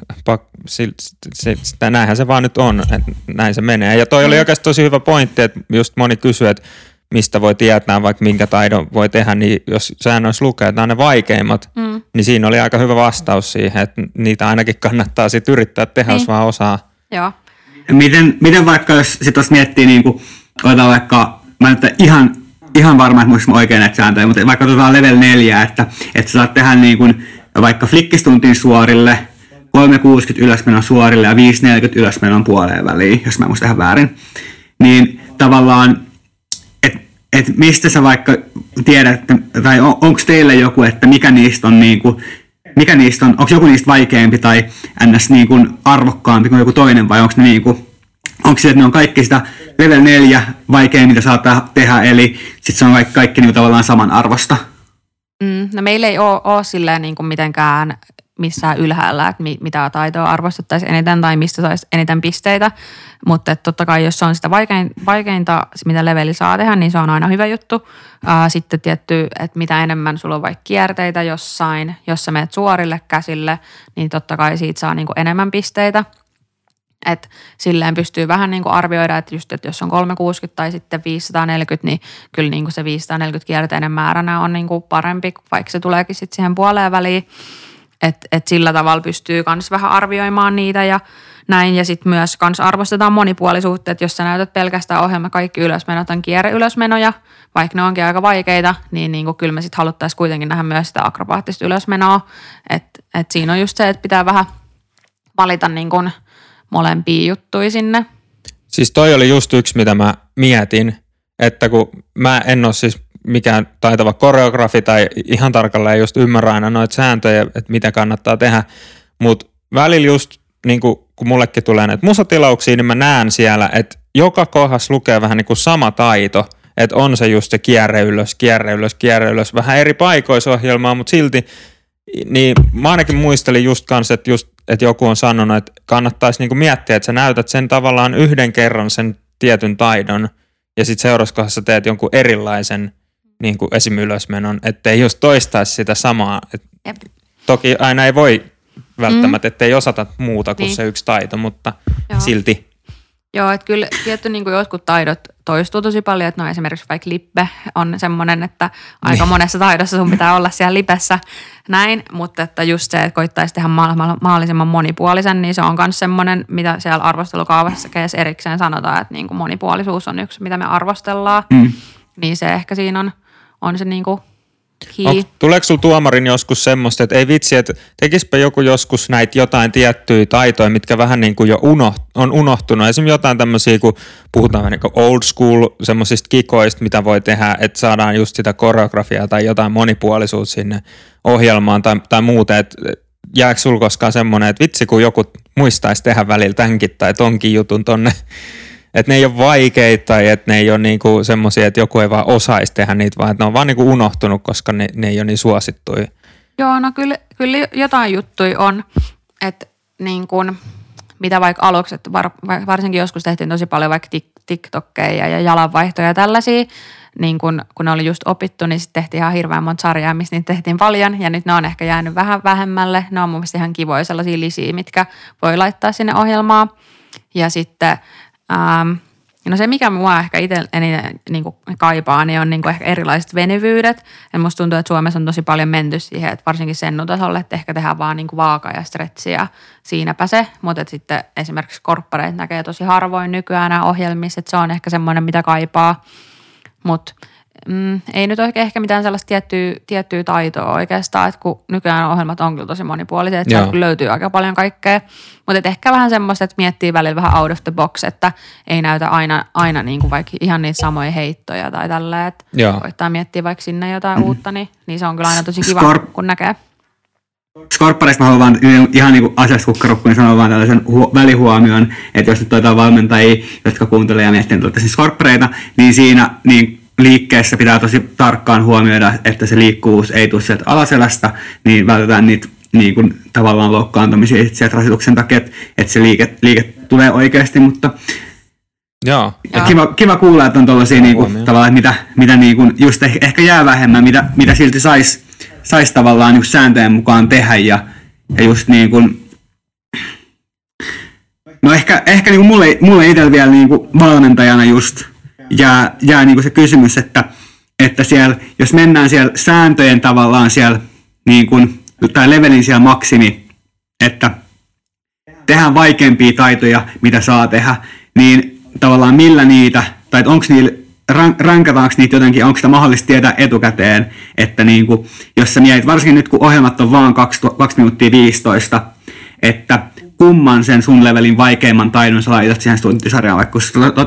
A: Se, se, se, näinhän se vaan nyt on, että näin se menee. Ja toi mm. oli oikeasti tosi hyvä pointti, että just moni kysyy, että mistä voi tietää, vaikka minkä taidon voi tehdä, niin jos säännöissä lukee, että nämä on ne vaikeimmat, mm. niin siinä oli aika hyvä vastaus siihen, että niitä ainakin kannattaa sitten yrittää tehdä, niin. jos vaan osaa.
C: Joo.
B: Miten, miten vaikka, jos sit jos miettii, niin kuin, otetaan vaikka, mä nyt ihan, ihan varma, että muistin oikein näitä sääntöjä, mutta vaikka otetaan level neljä, että, että sä saat tehdä niin kuin, vaikka flikkistuntin suorille, kolmesataakuusikymmentä ylösmenon suorille ja viisisataa neljäkymmentä ylösmenon puoleen väliin, jos mä en muista ihan väärin. Niin tavallaan, että et mistä sä vaikka tiedät, tai on, onko teillä joku, että mikä niistä on niinku, mikä niistä on, onko joku niistä vaikeampi tai ns. Niinku arvokkaampi kuin joku toinen, vai onko ne niinku, onko se, että ne on kaikki sitä level neljä vaikein, mitä saa tehdä, eli sitten se on kaikki, kaikki niinku tavallaan saman arvosta?
C: Mm, no meillä ei ole, ole silleen niinku mitenkään missään ylhäällä, että mitä taitoa arvostettaisiin eniten tai mistä saisi eniten pisteitä, mutta totta kai jos se on sitä vaikein, vaikeinta, mitä leveli saa tehdä, niin se on aina hyvä juttu. Sitten tietty, että mitä enemmän sulla on vaikka kierteitä jossain, jos sä menet suorille käsille, niin totta kai siitä saa niinku enemmän pisteitä. Että silleen pystyy vähän niinku arvioida, että just, että jos on kolmesataakuusikymmentä tai sitten viisisataaneljäkymmentä, niin kyllä niinku se viisisataaneljäkymmentä kierteinen määränä on niinku parempi, vaikka se tuleekin sitten siihen puoleen väliin. Että et sillä tavalla pystyy myös vähän arvioimaan niitä ja näin. Ja sitten myös kans arvostetaan monipuolisuutta, että jos sä näytät pelkästään ohjelma kaikki ylösmenot on kierre-ylösmenoja, vaikka ne onkin aika vaikeita, niin niinku kyllä me sitten haluttaisiin kuitenkin nähdä myös sitä akrobaattista ylösmenoa. Että et siinä on just se, että pitää vähän valita niinku molempia juttuja sinne.
A: Siis toi oli just yksi, mitä mä mietin, että kun mä en ole siis mikään taitava koreografi tai ihan tarkalleen just ymmärrä aina noita sääntöjä, että mitä kannattaa tehdä, mutta välillä just niin kun mullekin tulee näitä musatilauksia, niin mä näen siellä, että joka kohdassa lukee vähän niin kuin sama taito, että on se just se kierre ylös, kierre ylös, kierre ylös, vähän eri paikoissa ohjelmaa, mutta silti, niin mä ainakin muistelin just kanssa, että, just, että joku on sanonut, että kannattaisi niin kuin miettiä, että sä näytät sen tavallaan yhden kerran sen tietyn taidon, ja sitten seuraavassa kohdassa teet jonkun erilaisen niin kuin esim. Ylösmenon, ettei just toistaisi sitä samaa. Et toki aina ei voi välttämättä, mm. ettei osata muuta kuin niin. se yksi taito, mutta Joo. silti.
C: Joo, että kyllä tietty niin kuin jotkut taidot toistuu tosi paljon, että no esimerkiksi vaikka lippe on semmoinen, että aika monessa taidossa sun pitää olla siellä lipessä näin, mutta että just se, että koittaisi tehdä mahdollisimman monipuolisen, niin se on myös semmoinen, mitä siellä arvostelukaavassa erikseen sanotaan, että niin kuin monipuolisuus on yksi, mitä me arvostellaan, mm. niin se ehkä siinä on, on se niin kuin
A: Onko, tuleeko sulla tuomarin joskus semmoista, että ei vitsi, että tekispä joku joskus näitä jotain tiettyjä taitoja, mitkä vähän niin kuin jo unoht, on unohtunut. Esimerkiksi jotain tämmöisiä, kun puhutaan niin kuin old school semmoisista kikoista, mitä voi tehdä, että saadaan just sitä koreografiaa tai jotain monipuolisuutta sinne ohjelmaan tai, tai muuten. Että jääkö sulla koskaan semmoinen, että vitsi, kun joku muistaisi tehdä välillä tämänkin tai tonkin jutun tonne. Että ne ei ole vaikeita tai että ne ei ole niinku semmoisia, että joku ei vaan osaisi tehdä niitä, vaan että ne on vaan niinku unohtunut, koska ne, ne ei ole niin suosittuja.
C: Joo, no kyllä, kyllä jotain juttuja on, että niin kuin, mitä vaikka aluksi, että var, varsinkin joskus tehtiin tosi paljon vaikka TikTokkeja ja jalanvaihtoja ja tällaisia, niin kun, kun ne oli just opittu, niin sitten tehtiin ihan hirveän monta sarjaa, missä niitä tehtiin paljon ja nyt ne on ehkä jäänyt vähän vähemmälle. Ne on mun mielestä ihan kivoja sellaisia lisiä, mitkä voi laittaa sinne ohjelmaan ja sitten Ähm, no se, mikä mua ehkä itse eniten niin kuin kaipaa, niin on niin kuin ehkä erilaiset venyvyydet. Ja musta tuntuu, että Suomessa on tosi paljon menty siihen, että varsinkin sennutasolle, että ehkä tehdään vaan niin kuin vaaka ja stretchiä, siinäpä se. Mutta sitten esimerkiksi korppareita näkee tosi harvoin nykyään nämä ohjelmissa, että se on ehkä semmoinen, mitä kaipaa. Mutta mm, ei nyt oikein ehkä mitään sellaista tiettyä, tiettyä taitoa oikeastaan, että kun nykyään ohjelmat on kyllä tosi monipuolisia, että sieltä löytyy aika paljon kaikkea. Mutta ehkä vähän semmoista, että miettii välillä vähän out of the box, että ei näytä aina, aina niin kuin vaikka ihan niitä samoja heittoja tai tälleen, että Joo. koittaa miettiä vaikka sinne jotain mm. uutta, niin, niin se on kyllä aina tosi kiva, Skor- kun näkee.
B: Skorppareista mä haluan vaan ihan niin kuin asiaskukkarukkuun sanoa vaan tällaisen hu- välihuomioon, että jos nyt toitaan valmentajia, jotka kuuntelee ja miettii tuollaisia skorppareita, niin siinä niin liikkeessä pitää tosi tarkkaan huomioida, että se liikkuvuus ei tule sieltä alaselästä, niin vältetään niitä niin kuin tavallaan loukkaantumisia sieltä rasituksen takia, että, että se liike, liike tulee oikeasti, mutta
A: Joo.
B: Kiva, kiva kuulla, että on tuollaisia niin kuin, tavallaan, mitä, mitä niin kuin, just ehkä jää vähemmän, mitä, mitä silti saisi sais tavallaan niin kuin sääntöjen mukaan tehdä ja, ja just niin kuin, no ehkä, ehkä niin kuin mulle, mulle itsellä vielä niin kuin valmentajana just jää, jää niin kuin se kysymys, että, että siellä, jos mennään siellä sääntöjen tavallaan siellä niin kuin, tai levelin siellä maksimi, että tehdään vaikeampia taitoja, mitä saa tehdä, niin tavallaan millä niitä, tai onko niillä, rankataanko niitä jotenkin, onko sitä mahdollista tietää etukäteen, että niin kuin, jos sä mietit, varsinkin nyt kun ohjelmat on vaan kaksi minuuttia viisitoista, että kumman sen sun levelin vaikeimman taidon sä laitat siihen stuntisarjaan, vaikka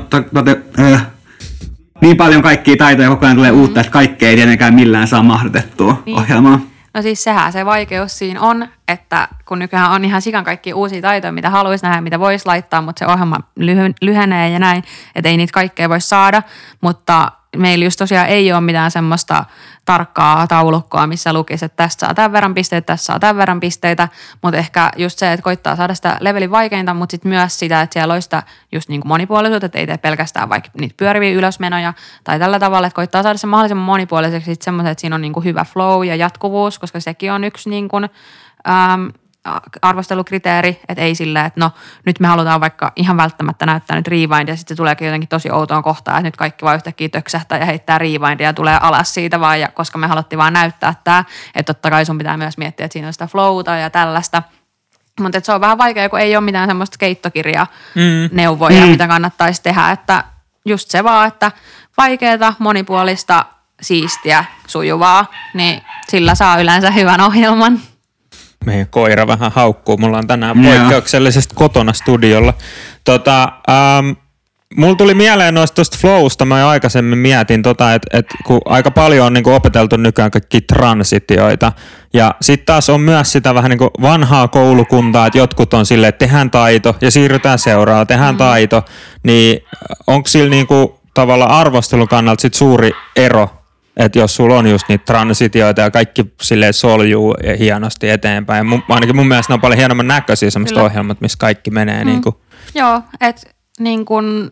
B: niin paljon kaikkia taitoja koko ajan tulee mm. uutta, että kaikkea ei tietenkään millään saa mahdotettua niin. ohjelmaa.
C: No siis sehän se vaikeus siinä on, että kun nykyään on ihan sikan kaikkia uusia taitoja, mitä haluaisi nähdä, mitä voisi laittaa, mutta se ohjelma lyhy- lyhenee ja näin, että ei niitä kaikkea voi saada, mutta meillä just tosiaan ei ole mitään semmoista tarkkaa taulukkoa, missä lukisi, että tässä saa tämän verran pisteitä, tässä saa tämän verran pisteitä, mutta ehkä just se, että koittaa saada sitä levelin vaikeinta, mutta sitten myös sitä, että siellä olisi sitä just niin kuin monipuolisuutta, että ei tee pelkästään vaikka niitä pyöriviä ylösmenoja tai tällä tavalla, että koittaa saada se mahdollisimman monipuoliseksi sitten semmoisen, että siinä on niin kuin hyvä flow ja jatkuvuus, koska sekin on yksi niin kuin, ähm, arvostelukriteeri, että ei sillä, että no nyt me halutaan vaikka ihan välttämättä näyttää nyt rewindia ja sitten se tuleekin jotenkin tosi outoon kohtaan, että nyt kaikki vaan yhtäkkiä töksähtää ja heittää rewindia ja tulee alas siitä vaan, ja koska me haluttiin vaan näyttää tämä, että totta kai sun pitää myös miettiä, että siinä on sitä flowta ja tällaista, mutta se on vähän vaikea, kun ei ole mitään semmoista keittokirjaa mm. neuvoja, mm. mitä kannattaisi tehdä, että just se vaan, että vaikeaa, monipuolista, siistiä, sujuvaa, niin sillä saa yleensä hyvän ohjelman.
A: Meidän koira vähän haukkuu. Mulla on tänään poikkeuksellisesti kotona studiolla. Tota, ähm, mulla tuli mieleen noista tuosta flowsta. Mä jo aikaisemmin mietin, tota, että et, kun aika paljon on niinku opeteltu nykyään kaikki transitioita. Ja sitten taas on myös sitä vähän niinku vanhaa koulukuntaa, että jotkut on silleen, että tehdään taito ja siirrytään seuraavaan, tehdään mm. taito. Niin onko sillä niinku tavallaan arvostelun kannalta sit suuri ero? Että jos sulla on just niitä transitioita ja kaikki silleen soljuu hienosti eteenpäin. Mun, ainakin mun mielestä ne on paljon hienomman näköisiä semmoista ohjelmat, missä kaikki menee. Mm. Niin kuin.
C: Joo, että niin kun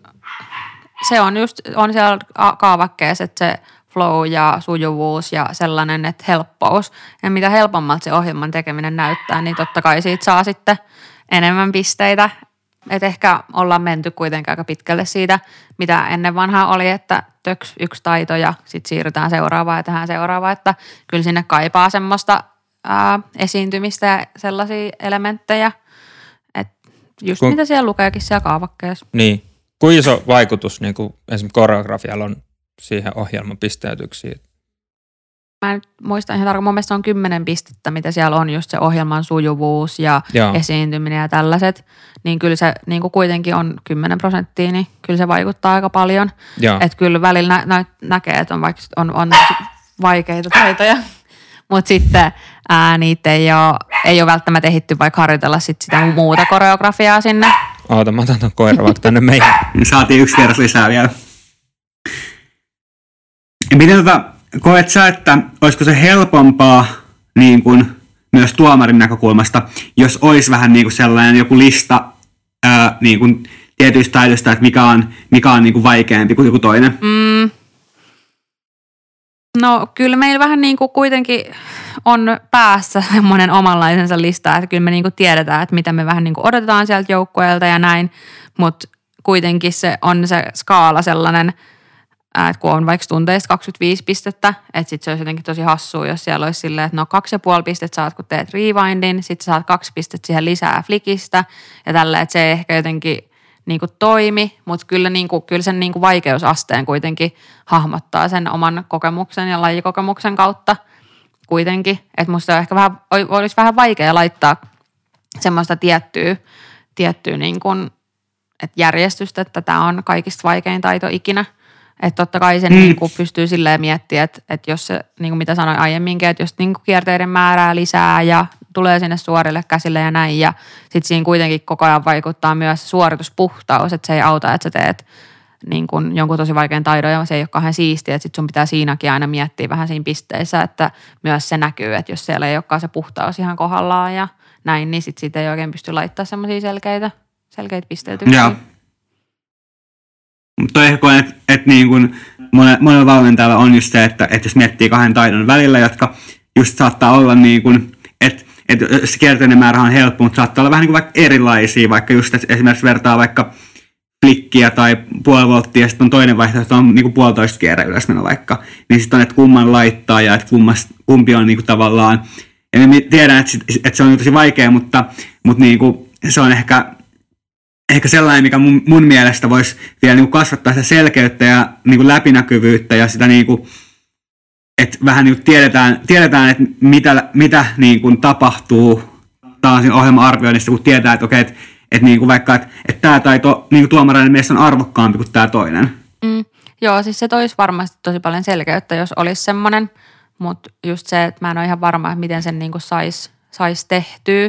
C: se on just, on siellä kaavakkeessa, että se flow ja sujuvuus ja sellainen, että helppous. Ja mitä helpommalta se ohjelman tekeminen näyttää, niin totta kai siitä saa sitten enemmän pisteitä. Että ehkä ollaan menty kuitenkin aika pitkälle siitä, mitä ennen vanhaa oli, että töks yksi taito ja sitten siirrytään seuraavaan ja tehdään seuraavaan. Että kyllä sinne kaipaa semmoista ää, esiintymistä ja sellaisia elementtejä, että just Kun, mitä siellä lukeekin siellä kaavakkeessa.
A: Niin. Kuinka iso vaikutus niin kuin esimerkiksi koreografialla on siihen ohjelman pisteytyksiin?
C: Mä en muista ihan tarkkaan, mun mielestä on kymmenen pistettä, mitä siellä on, just se ohjelman sujuvuus ja Joo. esiintyminen ja tällaiset. Niin kyllä se niin kuin kuitenkin on kymmenen prosenttia, niin kyllä se vaikuttaa aika paljon. Että kyllä välillä nä- nä- näkee, että on, vaikka, on, on vaikeita taitoja, mutta sitten ää, niitä ei ole, ei ole välttämättä ehditty vaikka harjoitella sit sitä muuta koreografiaa sinne.
A: Oota, mä otan ton koira vaikka tänne meidän.
B: Saatiin yksi vieras lisää vielä. Miten tota... Koet sä, että olisiko se helpompaa niin kuin, myös tuomarin näkökulmasta, jos olisi vähän niin kuin sellainen joku lista ää, niin kuin tietyistä taidoista, että mikä on, mikä on niin kuin vaikeampi kuin joku toinen?
C: Mm. No kyllä meillä vähän niin kuin kuitenkin on päässä semmoinen omanlaisensa lista, että kyllä me niin kuin tiedetään, että mitä me vähän niin kuin odotetaan sieltä joukkueelta ja näin, mutta kuitenkin se on se skaala sellainen, että kun on vaikka tunteista kaksikymmentäviisi pistettä, että sitten se olisi jotenkin tosi hassua, jos siellä olisi silleen, että no kaksi ja puoli pistettä saat, kun teet rewindin, sitten saat kaksi pistettä siihen lisää flikistä ja tällä, että se ei ehkä jotenkin niin kuin toimi, mutta kyllä, niin kuin, kyllä sen niin kuin vaikeusasteen kuitenkin hahmottaa sen oman kokemuksen ja lajikokemuksen kautta kuitenkin, että musta on ehkä vähän, olisi vähän vaikea laittaa semmoista tiettyä, tiettyä niin kuin, että järjestystä, että tämä on kaikista vaikein taito ikinä. Että totta kai sen mm. niin kuin pystyy silleen miettimään, että, että jos se, niin kuin mitä sanoin aiemminkin, että jos niin kuin kierteiden määrää lisää ja tulee sinne suorille käsille ja näin. Ja sitten siinä kuitenkin koko ajan vaikuttaa myös suorituspuhtaus, että se ei auta, että sä teet niin kuin jonkun tosi vaikean taidon ja se ei ole kauhean siistiä. Että sitten sun pitää siinäkin aina miettiä vähän siinä pisteissä, että myös se näkyy, että jos siellä ei olekaan se puhtaus ihan kohdallaan ja näin, niin sitten siitä ei oikein pysty laittamaan semmoisia selkeitä, selkeitä pisteytyksiä.
B: Joo. Mutta ehkä koen, että et niin kuin monella valmentajalla on just se, että et jos miettii kahden taidon välillä, jotka just saattaa olla niin kuin, että et se kierteiden määrä on helppo, mutta saattaa olla vähän niin kuin vaikka erilaisia, vaikka just että esimerkiksi vertaa vaikka flikkiä tai puoli volttia ja sitten on toinen vaihtoehto, on niin kuin puolitoista kierre ylösmeno vaikka, niin sitten on, että kumman laittaa ja että kummas, kumpi on niin kuin tavallaan, ja tiedän, että, että se on tosi vaikea, mutta, mutta niin kuin se on ehkä Ehkä sellainen, mikä mun, mun mielestä voisi vielä niin kuin kasvattaa sitä selkeyttä ja niin kuin läpinäkyvyyttä ja sitä, niin kuin, että vähän niin kuin tiedetään, tiedetään, että mitä, mitä niin kuin tapahtuu ottaa siinä ohjelma-arvioinnissa, kun tietää, että okei, että et niinku vaikka, että et tämä taito niinku tuomareiden mielestä on arvokkaampi kuin tämä toinen.
C: Mm, joo, siis se toisi varmasti tosi paljon selkeyttä, jos olisi semmoinen, mutta just se, että mä en ole ihan varma, että miten sen niinku saisi sais tehtyä.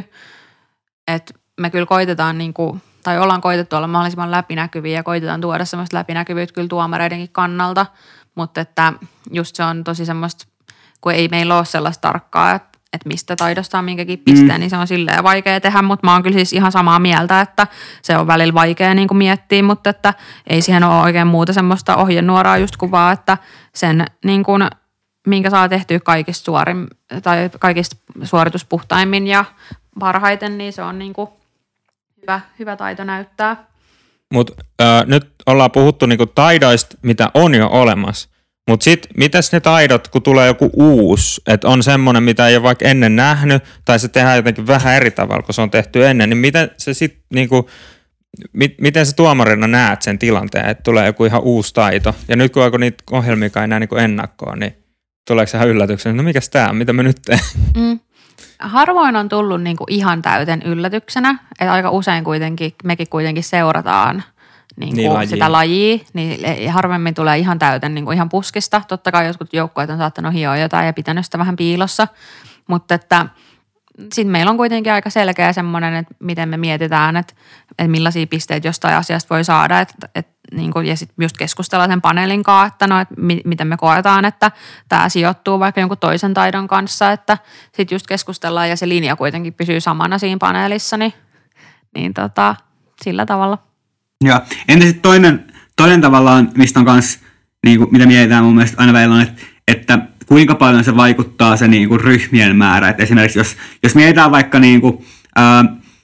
C: Että me kyllä koitetaan, niinku, tai ollaan koitettu olla mahdollisimman läpinäkyviä ja koitetaan tuoda semmoista läpinäkyvyyttä kyllä tuomareidenkin kannalta, mutta että just se on tosi semmoista, kun ei meillä ole sellaista tarkkaa, että että mistä taidosta on minkäkin pisteen, mm. niin se on silleen vaikea tehdä, mutta mä oon kyllä siis ihan samaa mieltä, että se on välillä vaikea niin kuin miettiä, mutta että ei siihen ole oikein muuta semmoista ohjenuoraa just kuvaa, että sen niin kuin, minkä saa tehtyä kaikista, suorin, tai kaikista suorituspuhtaimmin ja parhaiten, niin se on niin kuin hyvä, hyvä taito näyttää.
A: Mutta äh, nyt ollaan puhuttu niinku taidoista, mitä on jo olemassa. Mutta sitten, mitäs ne taidot, kun tulee joku uusi, että on semmoinen, mitä ei ole vaikka ennen nähnyt, tai se tehdään jotenkin vähän eri tavalla, kun se on tehty ennen, niin miten se sitten, niinku, mit, miten sä tuomarina näet sen tilanteen, että tulee joku ihan uusi taito, ja nyt kun niitä ohjelmia ei näe niinku ennakkoon, niin tuleeko se ihan yllätyksenä, no mikäs tää on, mitä mä nyt teen? Mm.
C: Harvoin on tullut niinku ihan täyten yllätyksenä, että aika usein kuitenkin, mekin kuitenkin seurataan Niin niin lajia. sitä lajia, niin harvemmin tulee ihan täyten niin kuin ihan puskista. Totta kai jotkut joukkueet on saattanut hioa jotain ja pitänyt sitä vähän piilossa, mutta että sitten meillä on kuitenkin aika selkeä semmoinen, että miten me mietitään, että, että millaisia pisteitä jostain asiasta voi saada, että, että niin kuin, ja sitten just keskustellaan sen paneelin kanssa, että no, että mi, miten me koetaan, että tämä sijoittuu vaikka jonkun toisen taidon kanssa, että sitten just keskustellaan ja se linja kuitenkin pysyy samana siinä paneelissa, niin, niin tota, sillä tavalla.
B: Ja entä sitten toinen, toinen tavallaan, mistä on kans, niin kuin, mitä mietitään mun mielestä aina välillä on, että, että kuinka paljon se vaikuttaa se niin kuin, ryhmien määrä. Et esimerkiksi jos, jos mietitään vaikka niin kuin, ää,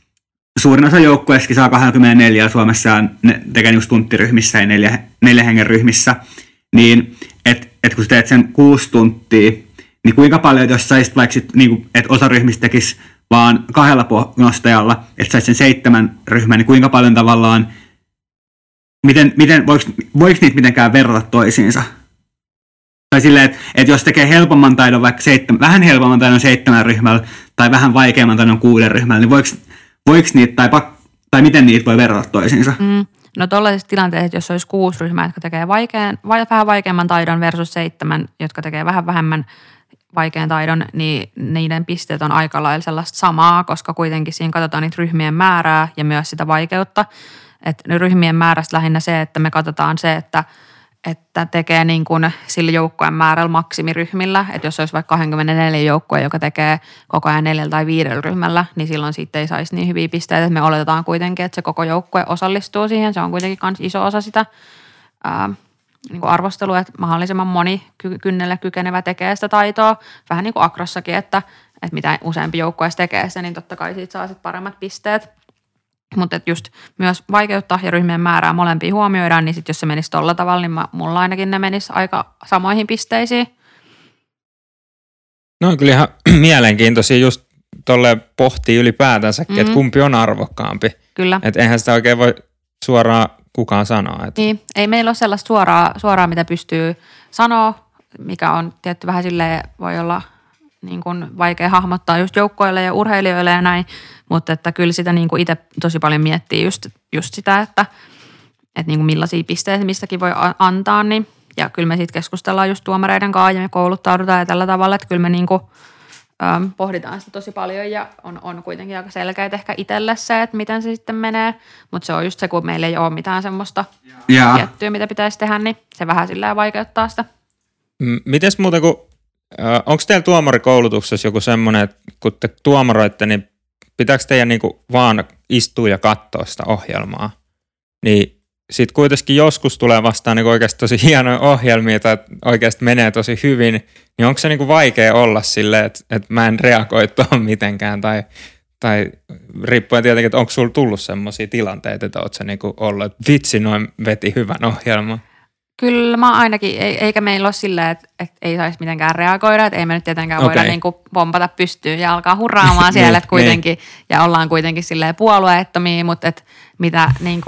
B: suurin osa joukkueestakin saa kaksikymmentäneljä Suomessa ja ne tekee niin tunttiryhmissä ja neljä, neljä hengen ryhmissä, niin että et kun sä teet sen kuusi tuntia, niin kuinka paljon, jos saisit vaikka sit, niin kuin, että osa ryhmistä tekisi vaan kahdella nostajalla, että saisit sen seitsemän ryhmän, niin kuinka paljon tavallaan Miten, miten, voiko, voiko niitä mitenkään verrata toisiinsa? Tai silleen, että, että jos tekee helpomman taidon vaikka seitsemän, vähän helpomman taidon seitsemän ryhmällä tai vähän vaikeamman taidon kuuden ryhmällä, niin voiko, voiko niitä tai, pak, tai miten niitä voi verrata toisiinsa? Mm.
C: No tuollaisessa tilanteessa, jos olisi kuusi ryhmää, jotka tekee vaikean, vai, vähän vaikeamman taidon versus seitsemän, jotka tekee vähän vähemmän vaikean taidon, niin niiden pisteet on aika lailla sellaista samaa, koska kuitenkin siinä katsotaan niitä ryhmien määrää ja myös sitä vaikeutta. Että ryhmien määrästä lähinnä se, että me katsotaan se, että, että tekee niin kuin sillä joukkueen määrällä maksimiryhmillä. Että jos olisi vaikka kaksikymmentäneljä joukkue, joka tekee koko ajan neljällä tai viidellä ryhmällä, niin silloin siitä ei saisi niin hyviä pisteitä. Me oletetaan kuitenkin, että se koko joukkue osallistuu siihen. Se on kuitenkin myös iso osa sitä ää, niin kuin arvostelua, että mahdollisimman moni ky- kynnelle kykenevä tekee sitä taitoa. Vähän niin kuin akrossakin, että, että mitä useampi joukkue tekee sitä, niin totta kai siitä saa sitten paremmat pisteet. Mutta just myös vaikeutta ja ryhmien määrää molempia huomioidaan, niin sitten jos se menisi tolla tavalla, niin mä, mulla ainakin ne menisi aika samoihin pisteisiin.
A: No on kyllä ihan mielenkiintoisia just tolleen pohtii ylipäätänsäkin, mm-hmm. että kumpi on arvokkaampi.
C: Kyllä.
A: Että eihän sitä oikein voi suoraan kukaan sanoa. Että...
C: Niin, ei meillä ole sellaista suoraa, suoraa, mitä pystyy sanoa, mikä on tietty vähän silleen, voi olla niin kuin vaikea hahmottaa just joukkoille ja urheilijoille ja näin, mutta että kyllä sitä niin kuin itse tosi paljon miettii just, just sitä, että, että niin kuin millaisia pisteitä mistäkin voi antaa, niin, ja kyllä me sitten keskustellaan just tuomareiden kanssa ja me kouluttaudutaan ja tällä tavalla, että kyllä me niin kuin, äm, pohditaan sitä tosi paljon ja on, on kuitenkin aika selkeä ehkä itselle se, että miten se sitten menee, mutta se on just se, kun meillä ei ole mitään semmoista ja. tiettyä, mitä pitäisi tehdä, niin se vähän sillä vaikeuttaa sitä.
A: Mites muuten, kun onko teillä tuomarikoulutuksessa joku semmoinen, että kun te tuomaroitte, niin pitääkö teidän niinku vaan istua ja katsoa sitä ohjelmaa? Niin sitten kuitenkin joskus tulee vastaan niinku oikeasti tosi hienoja ohjelmia tai oikeasti menee tosi hyvin, niin onko se niinku vaikea olla silleen, että, että mä en reagoi tuohon mitenkään tai, tai riippuen tietenkin, että onko sulla tullut semmoisia tilanteita, että oot sä niinku ollut, että vitsi noin veti hyvän ohjelman?
C: Kyllä mä ainakin, eikä meillä ole silleen, että, että ei saisi mitenkään reagoida, että ei me nyt tietenkään okay. voida niin kuin pompata pystyyn ja alkaa hurraamaan siellä, että kuitenkin, ja ollaan kuitenkin silleen puolueettomia, mutta että mitä niin kuin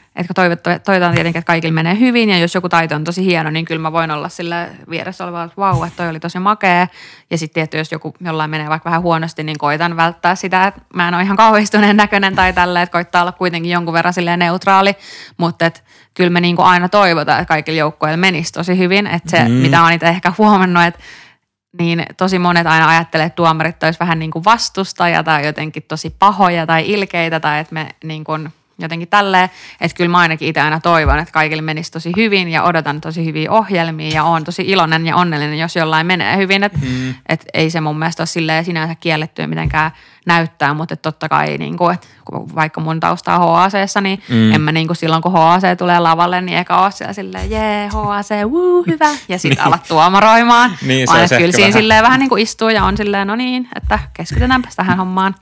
C: että toivotaan tietenkin, että kaikilla menee hyvin ja jos joku taito on tosi hieno, niin kyllä mä voin olla sillä vieressä oleva, että vau, että toi oli tosi makea. Ja sitten tietty, jos joku jollain menee vaikka vähän huonosti, niin koitan välttää sitä, että mä en ole ihan kauhistuneen näköinen tai tälleen, että koittaa olla kuitenkin jonkun verran silleen neutraali, mutta että kyllä me niin kuin aina toivotaan, että kaikilla joukkueilla menisi tosi hyvin, että se, mm. mitä olen itse ehkä huomannut, että niin tosi monet aina ajattelee, että tuomarit olisi vähän niin kuin vastustajia tai jotenkin tosi pahoja tai ilkeitä tai että me niin kuin jotenkin tälleen, että kyllä mä ainakin itse aina toivon, että kaikille menisi tosi hyvin ja odotan tosi hyviä ohjelmia ja oon tosi iloinen ja onnellinen, jos jollain menee hyvin, että mm. et ei se mun mielestä ole silleen sinänsä kiellettyä mitenkään näyttää, mutta et totta kai niin kuin, että vaikka mun tausta on H A C:ssa, niin mm. en mä niin kuin silloin kun H A C tulee lavalle, niin eikä ole siellä silleen jee, H A C, wuu, hyvä, ja sitten niin. alat tuomaroimaan, niin, vaan että kyllä siinä vähän. silleen vähän niin kuin istuu ja on silleen, no niin, että keskitytäänpä tähän hommaan.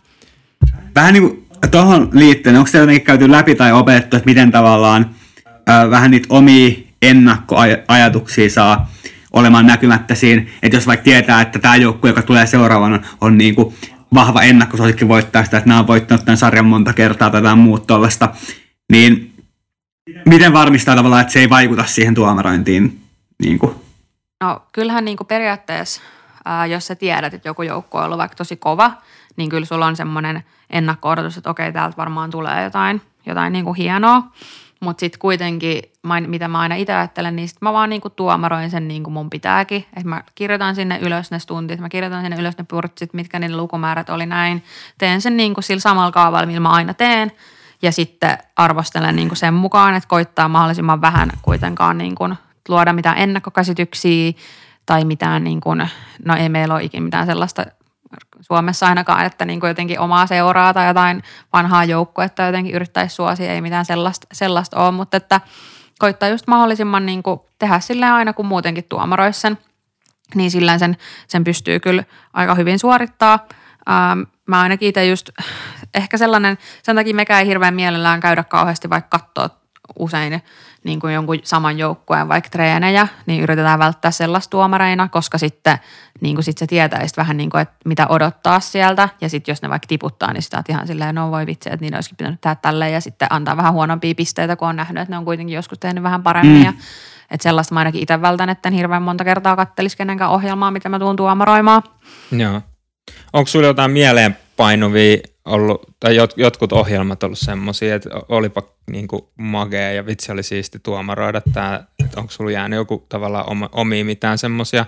B: Vähän niin kuin tuohon liittyen, onko se jotenkin käyty läpi tai opetettu, että miten tavallaan ö, vähän niitä omia ennakkoajatuksia saa olemaan näkymättä siinä, että jos vaikka tietää, että tämä joukkue, joka tulee seuraavana, on, on niin kuin vahva ennakkosuosikki voittaa sitä, että nämä on voittanut tämän sarjan monta kertaa tai jotain muuta tuollaista, niin miten varmistaa tavallaan, että se ei vaikuta siihen tuomarointiin? Niin kuin?
C: No kyllähän niin kuin periaatteessa, ää, jos sä tiedät, että joku joukko on ollut vaikka tosi kova, niin kyllä sulla on semmoinen ennakko-odotus, että okei, täältä varmaan tulee jotain, jotain niin kuin hienoa. Mutta sitten kuitenkin, mitä mä aina itse ajattelen, niin sit mä vaan niin kuin tuomaroin sen niin kuin mun pitääkin. Että mä kirjoitan sinne ylös ne stuntit, mä kirjoitan sinne ylös ne purtsit, mitkä niiden lukumäärät oli näin. Teen sen niin kuin sillä samalla kaavalla, millä mä aina teen. Ja sitten arvostelen niin kuin sen mukaan, että koittaa mahdollisimman vähän kuitenkaan niin kuin luoda mitään ennakkokäsityksiä tai mitään, niin kuin, no ei meillä ole ikinä mitään sellaista Suomessa ainakaan, että niin kuin jotenkin omaa seuraa tai jotain vanhaa joukkuetta jotenkin yrittäisi suosia, ei mitään sellaista, sellaista ole, mutta että koittaa just mahdollisimman niin kuin tehdä silleen aina, kun muutenkin tuomaroisi sen, niin silleen sen, sen pystyy kyllä aika hyvin suorittaa. Ähm, mä ainakin itse just ehkä sellainen, sen takia mekään ei hirveän mielellään käydä kauheasti vaikka katsoa usein niin kuin jonkun saman joukkueen vaikka treenejä, niin yritetään välttää sellaista tuomareina, koska sitten niin kuin sit se tietäisi vähän niin kuin, että mitä odottaa sieltä. Ja sitten jos ne vaikka tiputtaa, niin sitä ihan silleen, no voi vitsi, että niitä olisikin pitänyt tehdä tälleen ja sitten antaa vähän huonompia pisteitä, kun on nähnyt, että ne on kuitenkin joskus tehnyt vähän paremmin. Mm. Ja, että sellaista mä ainakin itse vältän, että en hirveän monta kertaa kattelisi kenenkään ohjelmaa, mitä mä tuun tuomaroimaan.
A: Joo. Onko sulla jotain mieleenpainuvia ollut, tai jot, jotkut ohjelmat ollut semmoisia, että olipa niinku magea ja vitsi oli siisti tuomaroida tää, että onko sulla jäänyt joku tavallaan omia mitään semmoisia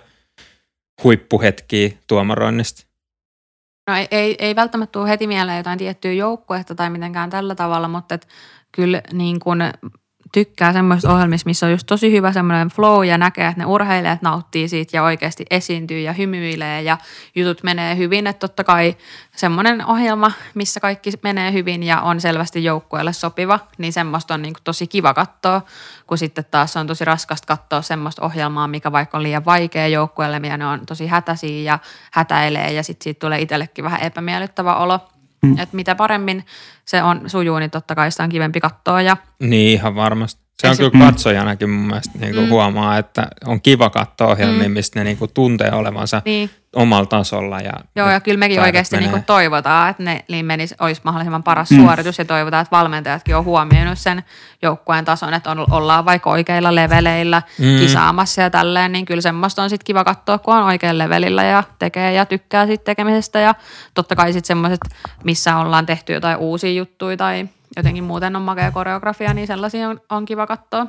A: huippuhetkiä tuomaroinnista?
C: No ei, ei, ei välttämättä tule heti mieleen jotain tiettyä joukkuetta tai mitenkään tällä tavalla, mutta et kyllä niin kun tykkää semmoista ohjelmista, missä on just tosi hyvä semmoinen flow ja näkee, että ne urheilijat nauttii siitä ja oikeasti esiintyy ja hymyilee ja jutut menee hyvin. Että totta kai semmoinen ohjelma, missä kaikki menee hyvin ja on selvästi joukkueelle sopiva, niin semmoista on niin kuin tosi kiva katsoa, kun sitten taas on tosi raskasta katsoa semmoista ohjelmaa, mikä vaikka on liian vaikea joukkueelle, ja ne on tosi hätäisiä ja hätäilee ja sitten siitä tulee itsellekin vähän epämiellyttävä olo. Mm. Että mitä paremmin se on sujuu, niin totta kai sitä on kivempi katsoa. Ja
A: niin, ihan varmasti. Se on kyllä katsojanakin mun mielestä niin kuin mm. huomaa, että on kiva katsoa ohjelmia, mm. mistä ne niin kuin tuntee olevansa niin omalla tasolla. Ja
C: joo, ja kyllä mekin oikeasti niin kuin toivotaan, että ne niin menisi, olisi mahdollisimman paras mm. suoritus ja toivotaan, että valmentajatkin on huomioinut sen joukkueen tason, että on, ollaan vaikka oikeilla leveleillä mm. kisaamassa ja tälleen, niin kyllä semmoista on sitten kiva katsoa, kun on oikealla levelillä ja tekee ja tykkää siitä tekemisestä ja totta kai sitten semmoiset, missä ollaan tehty jotain uusia juttuja tai jotenkin muuten on makea koreografia, niin sellaisia on, on kiva katsoa.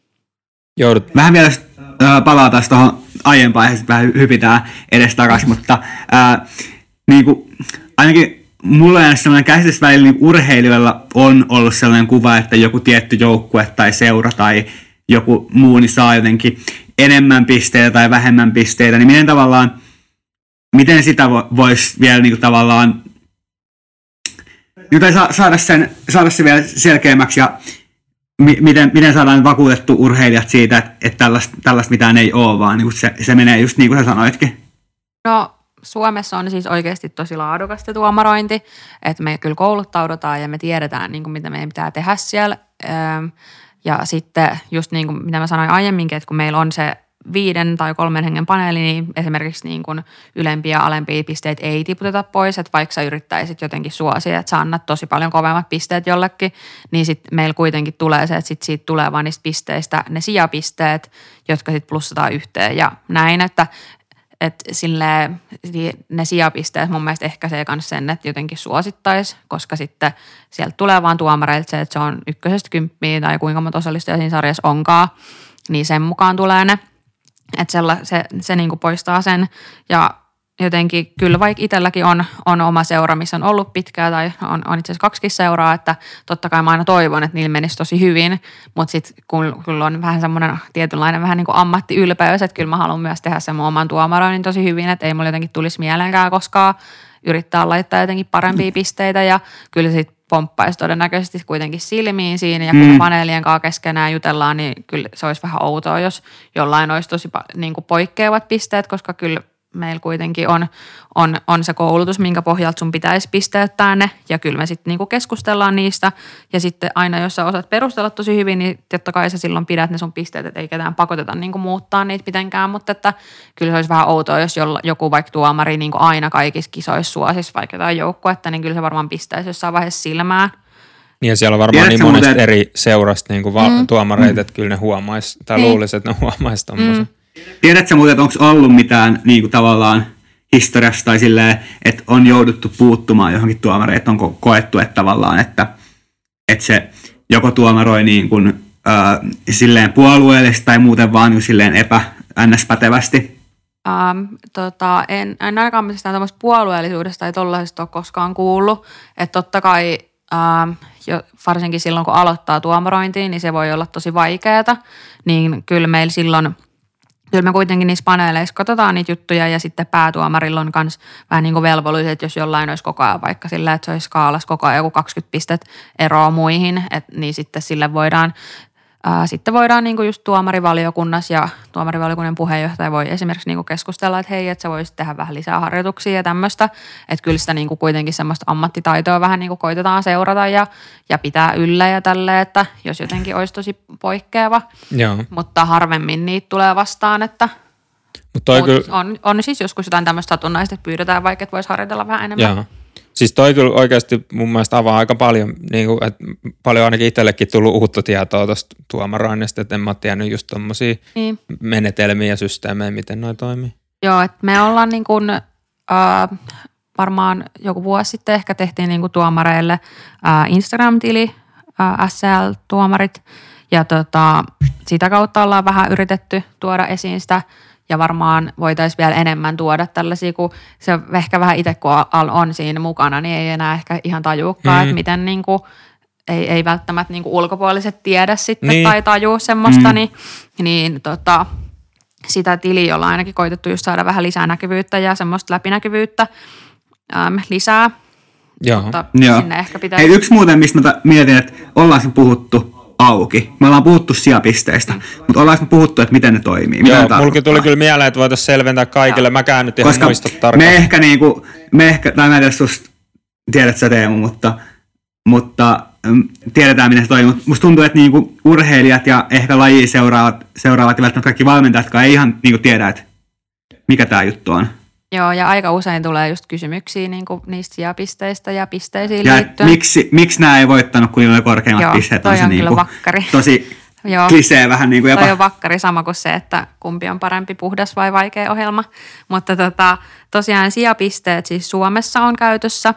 A: Joudut.
B: Vähän vielä äh, palataan tuohon aiempaan ja sitten vähän hypitään edestakaisin, mutta äh, niin kuin, ainakin mulla on sellainen käsitys välillä niin urheilijoilla on ollut sellainen kuva, että joku tietty joukkue tai seura tai joku muu niin saa jotenkin enemmän pisteitä tai vähemmän pisteitä, niin miten tavallaan, miten sitä voisi vielä niin kuin tavallaan joten saada sen, saada se vielä selkeämmäksi ja mi, miten, miten saadaan vakuutettu urheilijat siitä, että, että tällaista, tällaista mitään ei ole, vaan niin se, se menee just niin kuin sä sanoitkin.
C: No Suomessa on siis oikeasti tosi laadukasta tuomarointi, että me kyllä kouluttaudutaan ja me tiedetään, niin kuin mitä meidän pitää tehdä siellä. Ja sitten just niin kuin mitä mä sanoin aiemminkin, että kun meillä on se viiden tai kolmen hengen paneeli, niin esimerkiksi niin kuin ylempiä ja alempia pisteitä ei tiputeta pois, että vaikka sä yrittäisit jotenkin suosia, että sä annat tosi paljon kovemmat pisteet jollekin, niin sitten meillä kuitenkin tulee se, että sit siitä tulee vaan niistä pisteistä ne sijapisteet, jotka sitten plussataan yhteen ja näin, että että silleen ne sijapisteet mun mielestä ehkäisee myös sen, että jotenkin suosittaisi, koska sitten sieltä tulee vaan tuomareilta se, että se on ykkösestä kymppiä tai kuinka monta osallistujaa siinä sarjassa onkaan, niin sen mukaan tulee ne. Että sella, se, se niin kuin poistaa sen ja jotenkin kyllä vaikka itselläkin on, on oma seura, missä on ollut pitkään tai on, on itse asiassa kaksikin seuraa, että totta kai mä aina toivon, että niillä menisi tosi hyvin, mutta sitten kun kyllä on vähän semmoinen tietynlainen vähän niin kuin ammattiylpeys, että kyllä mä haluan myös tehdä sen mun oman tuomaroinnin tosi hyvin, että ei mulla jotenkin tulisi mieleenkään koskaan yrittää laittaa jotenkin parempia pisteitä ja kyllä sitten pomppaisi todennäköisesti kuitenkin silmiin siinä ja kun mm. paneelien kanssa keskenään jutellaan, niin kyllä se olisi vähän outoa, jos jollain olisi tosi niin kuin poikkeavat pisteet, koska kyllä meillä kuitenkin on, on, on se koulutus, minkä pohjalta sun pitäisi pisteyttää ne ja kyllä me sitten niinku keskustellaan niistä ja sitten aina jos sä osaat perustella tosi hyvin, niin totta kai sä silloin pidät ne sun pisteet, että ei ketään pakoteta niinku muuttaa niitä mitenkään, mutta että kyllä se olisi vähän outoa, jos joku vaikka tuomari niinku aina kaikissa kisoissa suosisi vaikka jotain joukkuetta, niin kyllä se varmaan pistäisi jossain vaiheessa silmään.
A: Niin ja siellä on varmaan niin monesta muuten eri seurasta niinku val- mm. tuomareita, että kyllä ne huomaisi, tai niin. luulisi, että ne huomaisi tommosen. Mm.
B: Tiedätkö muuten, että onko ollut mitään niin kuin tavallaan historiassa tai silleen, että on jouduttu puuttumaan johonkin tuomareihin, että onko koettu, että tavallaan, että, että se joko tuomaroi niin kuin, äh, silleen puolueellisesti tai muuten vaan niin silleen epä-ns-pätevästi?
C: Um, tota, en, en ainakaan mistään tämmöistä puolueellisuudesta tai tollaisesta ole koskaan kuullut, että totta kai um, jo, varsinkin silloin, kun aloittaa tuomarointiin, niin se voi olla tosi vaikeaa, niin kyllä meillä silloin Kyllä me kuitenkin niissä paneeleissa katsotaan niitä juttuja ja sitten päätuomarilla on myös vähän niin kuin velvollisuus, että jos jollain olisi koko ajan vaikka sillä, että se olisi skaalassa koko ajan joku kaksikymmentä pistet eroa muihin, et, niin sitten sille voidaan, ää, sitten voidaan niin kuin just tuomarivaliokunnassa ja tuomarivaliokunnan puheenjohtaja voi esimerkiksi niin kuin keskustella, että hei, että sä voisit tehdä vähän lisää harjoituksia ja tämmöistä, että kyllä sitä niin kuin kuitenkin semmoista ammattitaitoa vähän niin kuin koitetaan seurata ja, ja pitää yllä ja tälleen, että jos jotenkin olisi tosi poikkeava,
A: Joo.
C: mutta harvemmin niitä tulee vastaan, että
A: Mut toi kyllä
C: on, on siis joskus jotain tämmöistä satunnaista, että pyydetään vaikka, että voisi harjoitella vähän enemmän.
A: Joo. Siis toi kyllä oikeasti mun mielestä avaa aika paljon, niin kuin, että paljon ainakin itsellekin tullut uutta tietoa tuosta tuomaroinnista, että en mä ole tiennyt just tommosia niin. menetelmiä ja systeemejä, miten noi toimii. Joo,
C: että me ollaan niin kuin, äh, varmaan joku vuosi sitten ehkä tehtiin niin kuin tuomareille äh, Instagram-tili, äh, S L-tuomarit, ja tota, sitä kautta ollaan vähän yritetty tuoda esiin sitä, ja varmaan voitaisiin vielä enemmän tuoda tällaisia, kun se ehkä vähän itse kun on siinä mukana, niin ei enää ehkä ihan tajuukaan, mm. että miten niin kuin, ei, ei välttämättä niin kuin ulkopuoliset tiedä sitten niin. tai tajuu semmoista, mm. niin, niin tota, sitä tiliä ollaan ainakin koitettu just saada vähän lisää näkyvyyttä ja semmoista läpinäkyvyyttä äm, lisää.
A: Joo.
C: Mutta
B: Joo.
C: sinne ehkä pitäisi...
B: Hei, yksi muuten, mistä mä mietin, että ollaan sen puhuttu auki. Me ollaan puhuttu sijapisteistä, mm. mutta ollaanko me puhuttu, että miten ne toimii? Mitä
A: Joo, mulki tuli kyllä mieleen, että voitaisiin selventää kaikille. Mäkään nyt ihan
B: Koska
A: muista tarkkaan.
B: me ehkä niinku, me ehkä, tai mä en tiedä susta, tiedät sä Teemu, mutta, mutta tiedetään miten se toimii. Mutta musta tuntuu, että niinku urheilijat ja ehkä lajia seuraavat, seuraavat ja välttämättä kaikki valmentajat, jotka ei ihan niinku tiedä, että mikä tää juttu on.
C: Joo, ja aika usein tulee just kysymyksiä niin kuin niistä sijapisteistä ja pisteisiin
B: ja
C: liittyen.
B: Miksi, miksi nämä ei voittanut, kun niillä oli korkeimmat
C: Joo,
B: pisteet?
C: toi on, on
B: se
C: kyllä
B: niinku,
C: vakkari.
B: Tosi
C: Joo.
B: klisee vähän niin kuin jopa.
C: Toi on vakkari sama kuin se, että kumpi on parempi, puhdas vai vaikea ohjelma. Mutta tota, tosiaan sijapisteet siis Suomessa on käytössä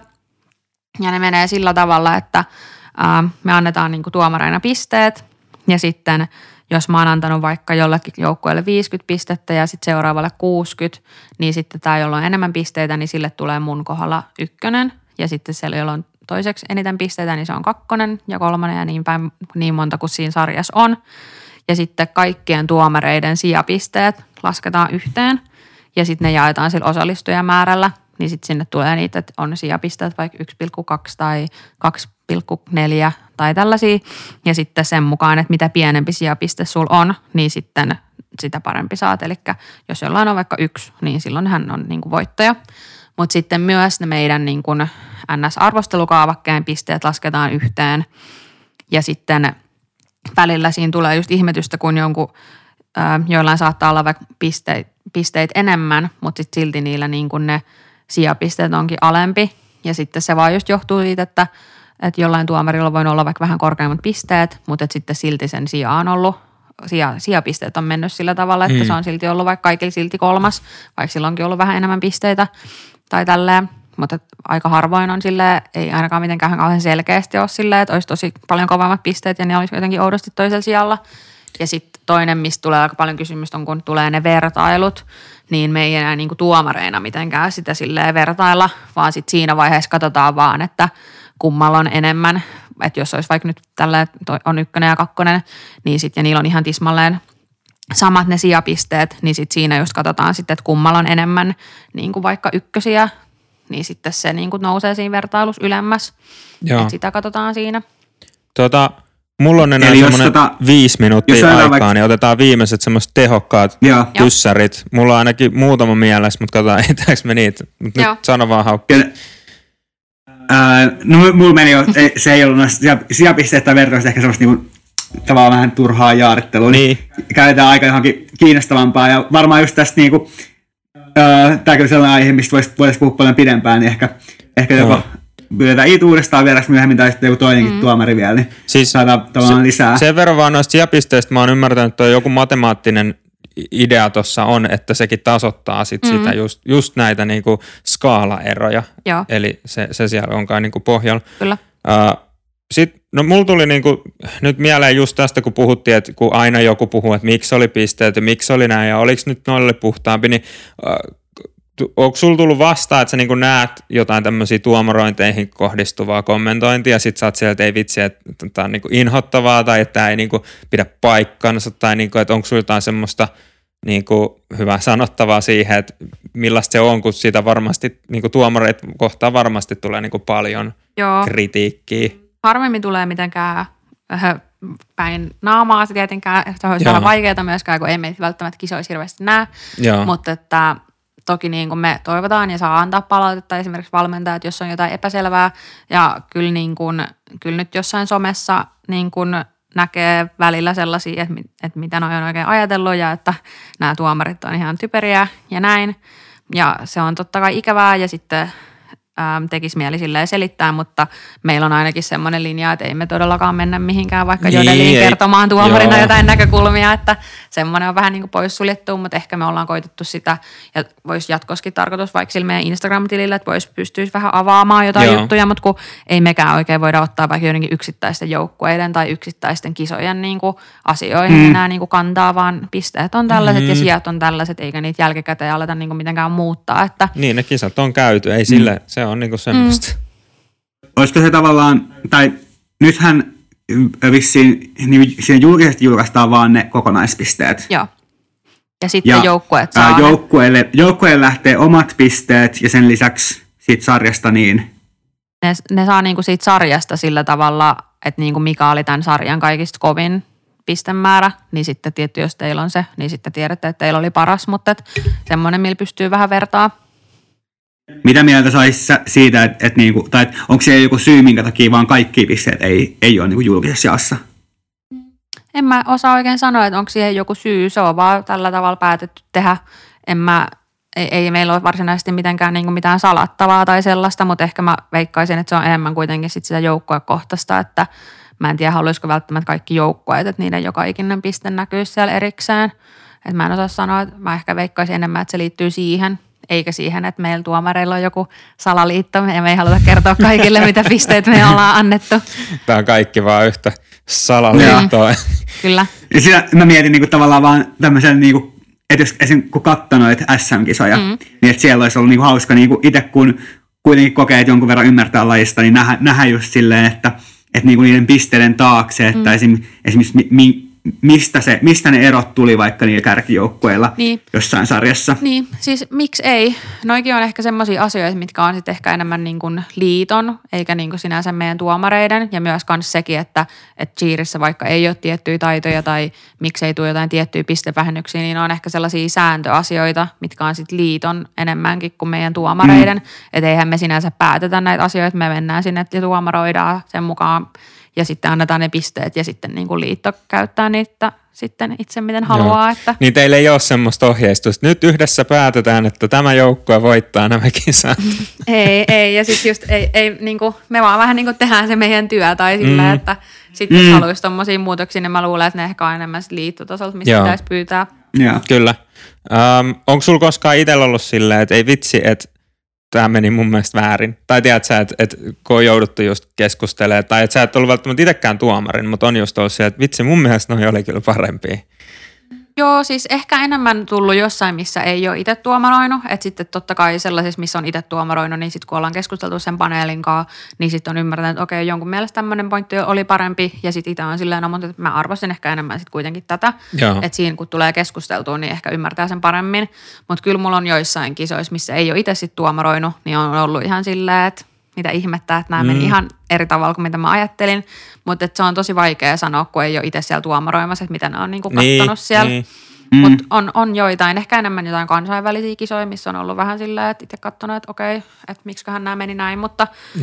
C: ja ne menee sillä tavalla, että ää, me annetaan niin kuin tuomareina pisteet ja sitten jos mä oon antanut vaikka jollekin joukkueelle viisikymmentä pistettä ja sitten seuraavalle kuusikymmentä, niin sitten tämä, jolla on enemmän pisteitä, niin sille tulee mun kohdalla ykkönen. Ja sitten siellä, jolla on toiseksi eniten pisteitä, niin se on kakkonen ja kolmonen ja niin päin niin monta kuin siinä sarjassa on. Ja sitten kaikkien tuomareiden sijapisteet lasketaan yhteen ja sitten ne jaetaan sillä osallistujamäärällä. Niin sitten sinne tulee niitä, että on sijapisteet vaikka yksi pilkku kaksi tai kaksi pilkku neljä tai tällaisia. Ja sitten sen mukaan, että mitä pienempi sijapiste sulla on, niin sitten sitä parempi saat. Eli jos jollain on vaikka yksi, niin silloin hän on niin kuin voittaja. Mutta sitten myös ne meidän niin kuin N S-arvostelukaavakkeen pisteet lasketaan yhteen. Ja sitten välillä siinä tulee just ihmetystä, kun jonkun ää, joillain saattaa olla vaikka pisteitä, pisteitä enemmän, mutta sitten silti niillä niin kuin ne sijapisteet onkin alempi. Ja sitten se vaan just johtuu siitä, että, että jollain tuomarilla voi olla vaikka vähän korkeammat pisteet, mutta että sitten silti sen sija on ollut, sija, sijapisteet on mennyt sillä tavalla, että mm. se on silti ollut vaikka kaikilla silti kolmas, vaikka sillä onkin ollut vähän enemmän pisteitä tai tälleen. Mutta aika harvoin on silleen, ei ainakaan mitenkään kauhean selkeästi ole silleen, että olisi tosi paljon kovemmat pisteet ja ne olisi jotenkin oudosti toisella sijalla. Ja sitten toinen, mistä tulee aika paljon kysymystä on, kun tulee ne vertailut, niin me ei enää niinku tuomareina mitenkään sitä silleen vertailla, vaan sitten siinä vaiheessa katsotaan vaan, että kummalla on enemmän. Että jos olisi vaikka nyt tällä on ykkönen ja kakkonen, niin sitten ja niillä on ihan tismalleen samat ne sijapisteet, niin sitten siinä just katsotaan sitten, että kummalla on enemmän niin kuin vaikka ykkösiä, niin sitten se niin kuin nousee siinä vertailussa ylemmäs. Että sitä katsotaan siinä.
A: Tota, mulla on enää semmoinen tota, viisi minuuttia aikaa, vaikka niin otetaan viimeiset semmoiset tehokkaat Joo. kyssärit. Mulla on ainakin muutama mielessä, mutta katsotaan, etääkö me niitä. Mutta nyt sano vaan Haukki.
B: Äh, no mulla meni jo, se ei ollut noista sijapisteet tai vertailusta ehkä semmoista niinku, tavallaan vähän turhaa jaarittelua.
A: Niin.
B: Käytetään aika johonkin kiinnostavampaa ja varmaan just tästä niinku, äh, tää kyllä sellainen aihe, mistä voisi vois puhua paljon pidempään, niin ehkä, ehkä no. joko pyydetään Iitu uudestaan vieras myöhemmin tai sitten joku toinenkin mm. tuomari vielä, niin siis saadaan tavallaan se, lisää.
A: Sen verran vaan noista sijapisteistä mä oon ymmärtänyt, että joku matemaattinen idea tuossa on, että sekin tasoittaa sit mm. sitä just, just näitä niinku skaalaeroja.
C: Joo.
A: Eli se, se siellä on kai niinku pohjalla.
C: Kyllä.
A: Uh, Sitten, no mulla tuli niinku nyt mieleen just tästä, kun puhuttiin, että kun aina joku puhuu, että miksi oli pisteet ja miksi oli näin ja oliko nyt noille puhtaampi, niin uh, onko sulla tullut vastaan, että sä niinku näet jotain tämmöisiä tuomarointeihin kohdistuvaa kommentointia ja sit sä oot sieltä, että ei vitsi, että tämä on niinku inhottavaa tai että tämä ei niinku pidä paikkansa tai niinku, että onko sulla jotain semmoista niinku hyvää sanottavaa siihen, että millaista se on, kun siitä varmasti niinku tuomareita kohtaan varmasti tulee niinku paljon Joo. kritiikkiä.
C: Harvemmin tulee mitenkään päin naamaa se tietenkään, se olisi vähän vaikeaa myöskään, kun ei meitä välttämättä kisoissa hirveästi näe, Joo. mutta että toki niin kuin me toivotaan ja saa antaa palautetta esimerkiksi valmentajat, jos on jotain epäselvää ja kyllä, niin kuin, kyllä nyt jossain somessa niin kuin näkee välillä sellaisia, että, että mitä noi on oikein ajatellut ja että nämä tuomarit on ihan typeriä ja näin ja se on totta kai ikävää ja sitten tekisi mieli silleen selittää, mutta meillä on ainakin semmoinen linja, että ei me todellakaan mennä mihinkään vaikka niin, jodeliin kertomaan tuomarina joo. jotain näkökulmia, että semmoinen on vähän niin kuin poissuljettu, mutta ehkä me ollaan koitettu sitä ja voisi jatkoskin tarkoitus vaikka sillä meidän Instagram-tilillä, että voisi pystyisi vähän avaamaan jotain joo. juttuja, mutta kun ei mekään oikein voida ottaa vaikka joidenkin yksittäisten joukkueiden tai yksittäisten kisojen niin kuin asioihin mm. enää niin kuin kantaa, vaan pisteet on tällaiset mm. ja sijat on tällaiset, eikä niitä jälkikäteen aleta niin kuin mitenkään muuttaa. Että
A: niin, ne kisat on käyty, ei sille, mm. se on niinku semmoista.
B: Mm. Olisiko se tavallaan, tai nythän vissiin niin siinä julkisesti julkaistaan vaan ne kokonaispisteet.
C: Joo. Ja sitten ja, joukkueet saa ää,
B: joukkueelle, joukkueelle lähtee omat pisteet ja sen lisäksi siitä sarjasta niin.
C: Ne, ne saa niinku siitä sarjasta sillä tavalla, että niinku mikä oli tämän sarjan kaikista kovin pistemäärä, niin sitten tietty jos teillä on se, niin sitten tiedätte, että teillä oli paras, mutta semmoinen, millä pystyy vähän vertaa.
B: Mitä mieltä saisi siitä, että, että niinku, tai että onko se joku syy, minkä takia vaan kaikki pisteet ei, ei ole niinku julkisessa jaossa?
C: En mä osaa oikein sanoa, että onko siihen joku syy. Se on vaan tällä tavalla päätetty tehdä. En mä, ei, ei meillä ole varsinaisesti mitenkään niinku mitään salattavaa tai sellaista, mutta ehkä mä veikkaisin, että se on enemmän kuitenkin sit sitä joukkuekohtaista, että mä en tiedä, haluaisiko välttämättä kaikki joukkueet, että niiden joka ikinen piste näkyisi siellä erikseen. Että mä en osaa sanoa, että mä ehkä veikkaisin enemmän, että se liittyy siihen. Eikä siihen, että meillä tuomareilla on joku salaliitto ja me ei haluta kertoa kaikille, mitä pisteet me ollaan annettu.
A: Tämä on kaikki vaan yhtä salaliittoa.
C: Kyllä.
B: Ja siinä mä mietin niinku tavallaan vaan tämmöisen, niinku, että jos esimerkiksi kun katsoi noita S M-kisoja, mm. niin että siellä olisi ollut niinku hauska niinku itse kun kuitenkin kokee, että jonkun verran ymmärtää lajista, niin nähdä, nähdä just silleen, että, että niinku niiden pisteiden taakse, että mm. esimerkiksi, esimerkiksi mi, Mistä, se, mistä ne erot tuli vaikka niillä kärkijoukkueilla niin. jossain sarjassa?
C: Niin, siis miksi ei? Noikin on ehkä semmoisia asioita, mitkä on sitten ehkä enemmän niin kuin liiton, eikä niin kuin sinänsä meidän tuomareiden. Ja myös kans sekin, että, että cheerissä vaikka ei ole tiettyjä taitoja tai miksei tule jotain tiettyjä pistevähennyksiä, niin on ehkä sellaisia sääntöasioita, mitkä on sitten liiton enemmänkin kuin meidän tuomareiden. Mm. Että eihän me sinänsä päätetä näitä asioita, me mennään sinne ja tuomaroidaan sen mukaan. ja sitten annetaan ne pisteet ja sitten niin kuin liitto käyttää niitä sitten itse miten haluaa. Että...
A: Niin teillä ei ole semmoista ohjeistusta. Nyt yhdessä päätetään, että tämä joukkue voittaa nämä kisat.
C: ei, ei. Ja sitten just ei, ei, niin kuin, me vaan vähän niin kuin tehdään se meidän työ tai sillä, mm. että sitten mm. jos haluaisi tommosia muutoksia, niin mä luulen, että ne ehkä on enemmän liittotasolta, mistä pitäisi pyytää.
A: Joo. Kyllä. Um, onko sulla koskaan itsellä ollut silleen, että ei vitsi, että tämä meni mun mielestä väärin? Tai tiedät sä, että, että kun on jouduttu just keskustelemaan, tai että sä et ollut välttämättä itsekään tuomarin, mutta on just ollut se, että vitsi, mun mielestä noi oli kyllä parempia.
C: Joo, siis ehkä enemmän tullut jossain, missä ei ole itse tuomaroinut. Että sitten totta kai sellaisissa, missä on itse tuomaroinut, niin sitten kun ollaan keskusteltu sen paneelin kanssa, niin sitten on ymmärtänyt, että okei, jonkun mielestä tämmöinen pointti oli parempi. Ja sitten itse on silleen, no, mutta mä arvosin ehkä enemmän sitten kuitenkin tätä. Että siinä kun tulee keskusteltua, niin ehkä ymmärtää sen paremmin. Mutta kyllä mulla on joissain kisoissa, missä ei ole itse sitten tuomaroinut, niin on ollut ihan silleen, että mitä ihmettää, että nämä meni mm. ihan eri tavalla kuin mitä mä ajattelin. Mutta se on tosi vaikea sanoa, kun ei ole itse siellä tuomaroimassa, että mitä ne on niinku kattonut niin, siellä. Niin. Mm. Mutta on, on joitain, ehkä enemmän jotain kansainvälisiä kisoja, missä on ollut vähän silleen, että itse katsonut, että okei, että miksiköhän nämä meni näin. Mutta,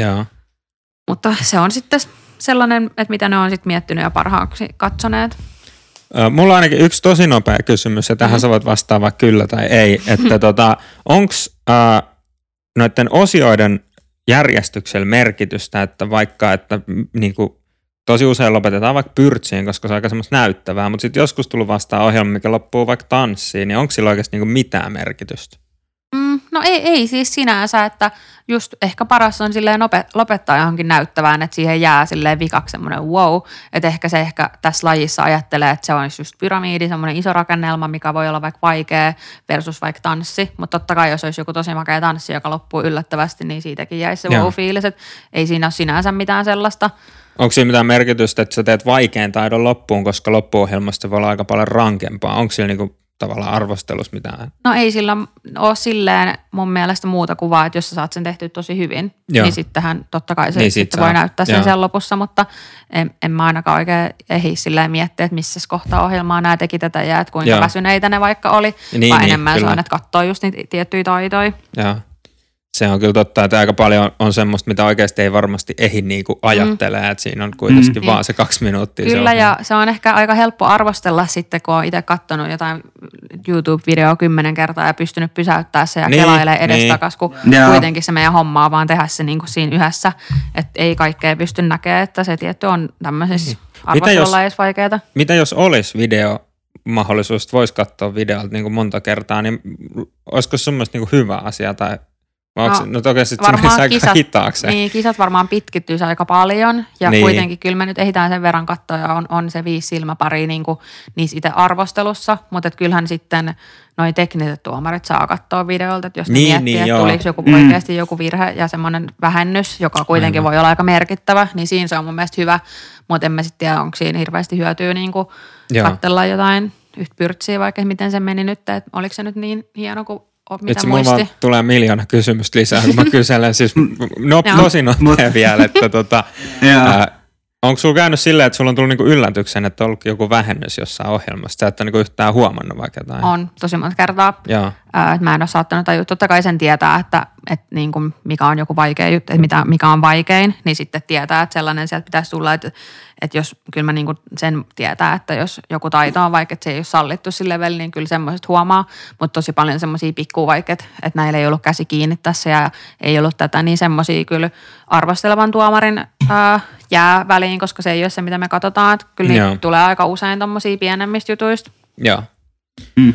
C: mutta se on sitten sellainen, että mitä ne on sitten miettinyt ja parhaaksi katsoneet.
A: Mulla on ainakin yksi tosi nopea kysymys, ja tähän mm. sä voit vastaa vaikka kyllä tai ei. Että tota, onko äh, noiden osioiden järjestyksellä merkitystä, että vaikka, että niinku, tosi usein lopetetaan vaikka pyrtsiin, koska se on aika semmoista näyttävää, mutta sitten joskus tullut vastaan ohjelma, mikä loppuu vaikka tanssiin, niin onko sillä oikeasti niinku mitään merkitystä?
C: Mm, no ei, ei siis sinänsä, että just ehkä paras on silleen lopettaa johonkin näyttävään, että siihen jää silleen vikaksi semmoinen wow, että ehkä se ehkä tässä lajissa ajattelee, että se on just pyramidi, semmoinen iso rakennelma, mikä voi olla vaikka vaikea versus vaikka tanssi, mutta totta kai jos olisi joku tosi makea tanssi, joka loppuu yllättävästi, niin siitäkin jäisi se wow-fiilis, että ei siinä ole sinänsä mitään sellaista.
A: Onko siinä mitään merkitystä, että sä teet vaikean taidon loppuun, koska loppuohjelmasta voi olla aika paljon rankempaa? Onko sillä niinku tavallaan arvostelussa mitään?
C: No ei sillä ole silleen mun mielestä muuta kuvaa, että jos sä saat sen tehtyä tosi hyvin, Joo. niin sittenhän totta kai se niin sitten voi näyttää sen sen lopussa, mutta en, en mä ainakaan oikein ehdi silleen miettiä, että missä kohtaa ohjelmaa nämä teki tätä ja että kuinka Joo. väsyneitä ne vaikka oli, niin, vaan niin, enemmän kyllä. se on, että katsoo just niitä tiettyjä taitoja.
A: Joo. Se on kyllä totta, että aika paljon on semmoista, mitä oikeasti ei varmasti ehdi niinku ajattelee, mm. että siinä on kuitenkin mm. vaan se kaksi minuuttia.
C: Kyllä,
A: se
C: ja se on ehkä aika helppo arvostella sitten, kun on itse katsonut jotain YouTube-videoa kymmenen kertaa ja pystynyt pysäyttää se ja niin, kelailemaan edestakas, kun yeah. kuitenkin se meidän hommaa vaan tehdä se niinku siinä yhdessä, että ei kaikkea pysty näkemään, että se tietty on tämmöisessä niin. arvostelulla edes vaikeaa.
A: Mitä jos olisi video? Mahdollisuus, voisi katsoa videolta niin kuin monta kertaa, niin olisiko se semmoista niin kuin hyvä asia tai onko, no, no toki sitten se menisi aika hitaaksi.
C: Niin, kisat varmaan pitkittyisi aika paljon ja niin. kuitenkin kyllä me nyt ehditään sen verran katsoa ja on, on se viisi silmäpari niin kuin niissä itse arvostelussa, mutta et kyllähän sitten noi tekniset tuomarit saa katsoa videolta, että jos ne niin, miettii, niin, että joo. tuliko joku oikeasti mm. joku virhe ja semmoinen vähennys, joka kuitenkin Aivan. voi olla aika merkittävä, niin siinä se on mun mielestä hyvä, mutta en mä sitten tiedä, onko siinä hirveästi hyötyä niin kuin katsella jotain yhtä pyrtsiä, vaikka miten se meni nyt, että oliko se nyt niin hieno kuin mitä
A: Itse mulla tulee miljoona kysymystä lisää, kun mä kyselen siis no, tosi nopea vielä, että tota, ää, onko sulla käynyt silleen, että sulla on tullut niinku yllätyksen, että on ollut joku vähennys jossain ohjelmassa, sä et ole niinku yhtään huomannut vaikka jotain?
C: On, tosi monta kertaa. Ää, mä en ole saattanut tajua, totta kai sen tietää, että, että niinku mikä on joku vaikea juttu, että mitä, mikä on vaikein, niin sitten tietää, että sellainen sieltä pitäisi tulla, että, että jos kyllä mä niinku sen tietää, että jos joku taito on vaikea, että se ei ole sallittu sille levelillä, niin kyllä semmoiset huomaa, mutta tosi paljon semmoisia pikkuu vaikeat, että näillä ei ollut käsi kiinni tässä ja ei ollut tätä, niin semmoisia kyllä arvostelevan tuomarin ää, jää väliin, koska se ei ole se, mitä me katsotaan, että kyllä niitä tulee aika usein tommosia pienemmistä jutuista.
A: Joo.
B: Mm.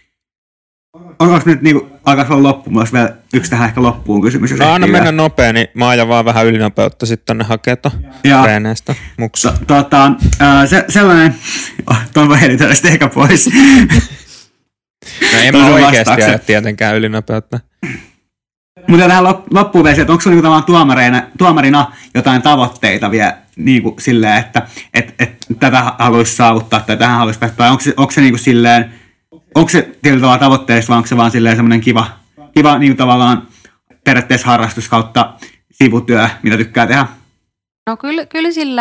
B: Onko nyt niinku, alkaisi olla loppuun, myös vielä yksi tähän ehkä loppuun kysymys.
A: No anna mennä nopea, niin mä ajan vaan vähän ylinopeutta sitten tonne hakeeta treeneistä muksu.
B: To, tota, äh, se, sellainen, oh, tuon voi editoida sitten ehkä pois.
A: No en mä oikeasti aja tietenkään ylinopeutta.
B: Mutta tähän loppuun vielä, että onko sinulla niinku tuomarina, tuomarina jotain tavoitteita vielä niinku silleen, että et, et, tätä haluaisi saavuttaa tai tähän haluaisi päästä, tai onko se, onko se niinku silleen, onko se tietyllä tavalla tavoitteessa vai onko se vaan silleen semmoinen kiva, kiva niin tavallaan periaatteessa harrastus kautta sivutyö, mitä tykkää tehdä?
C: No kyllä, kyllä sillä, että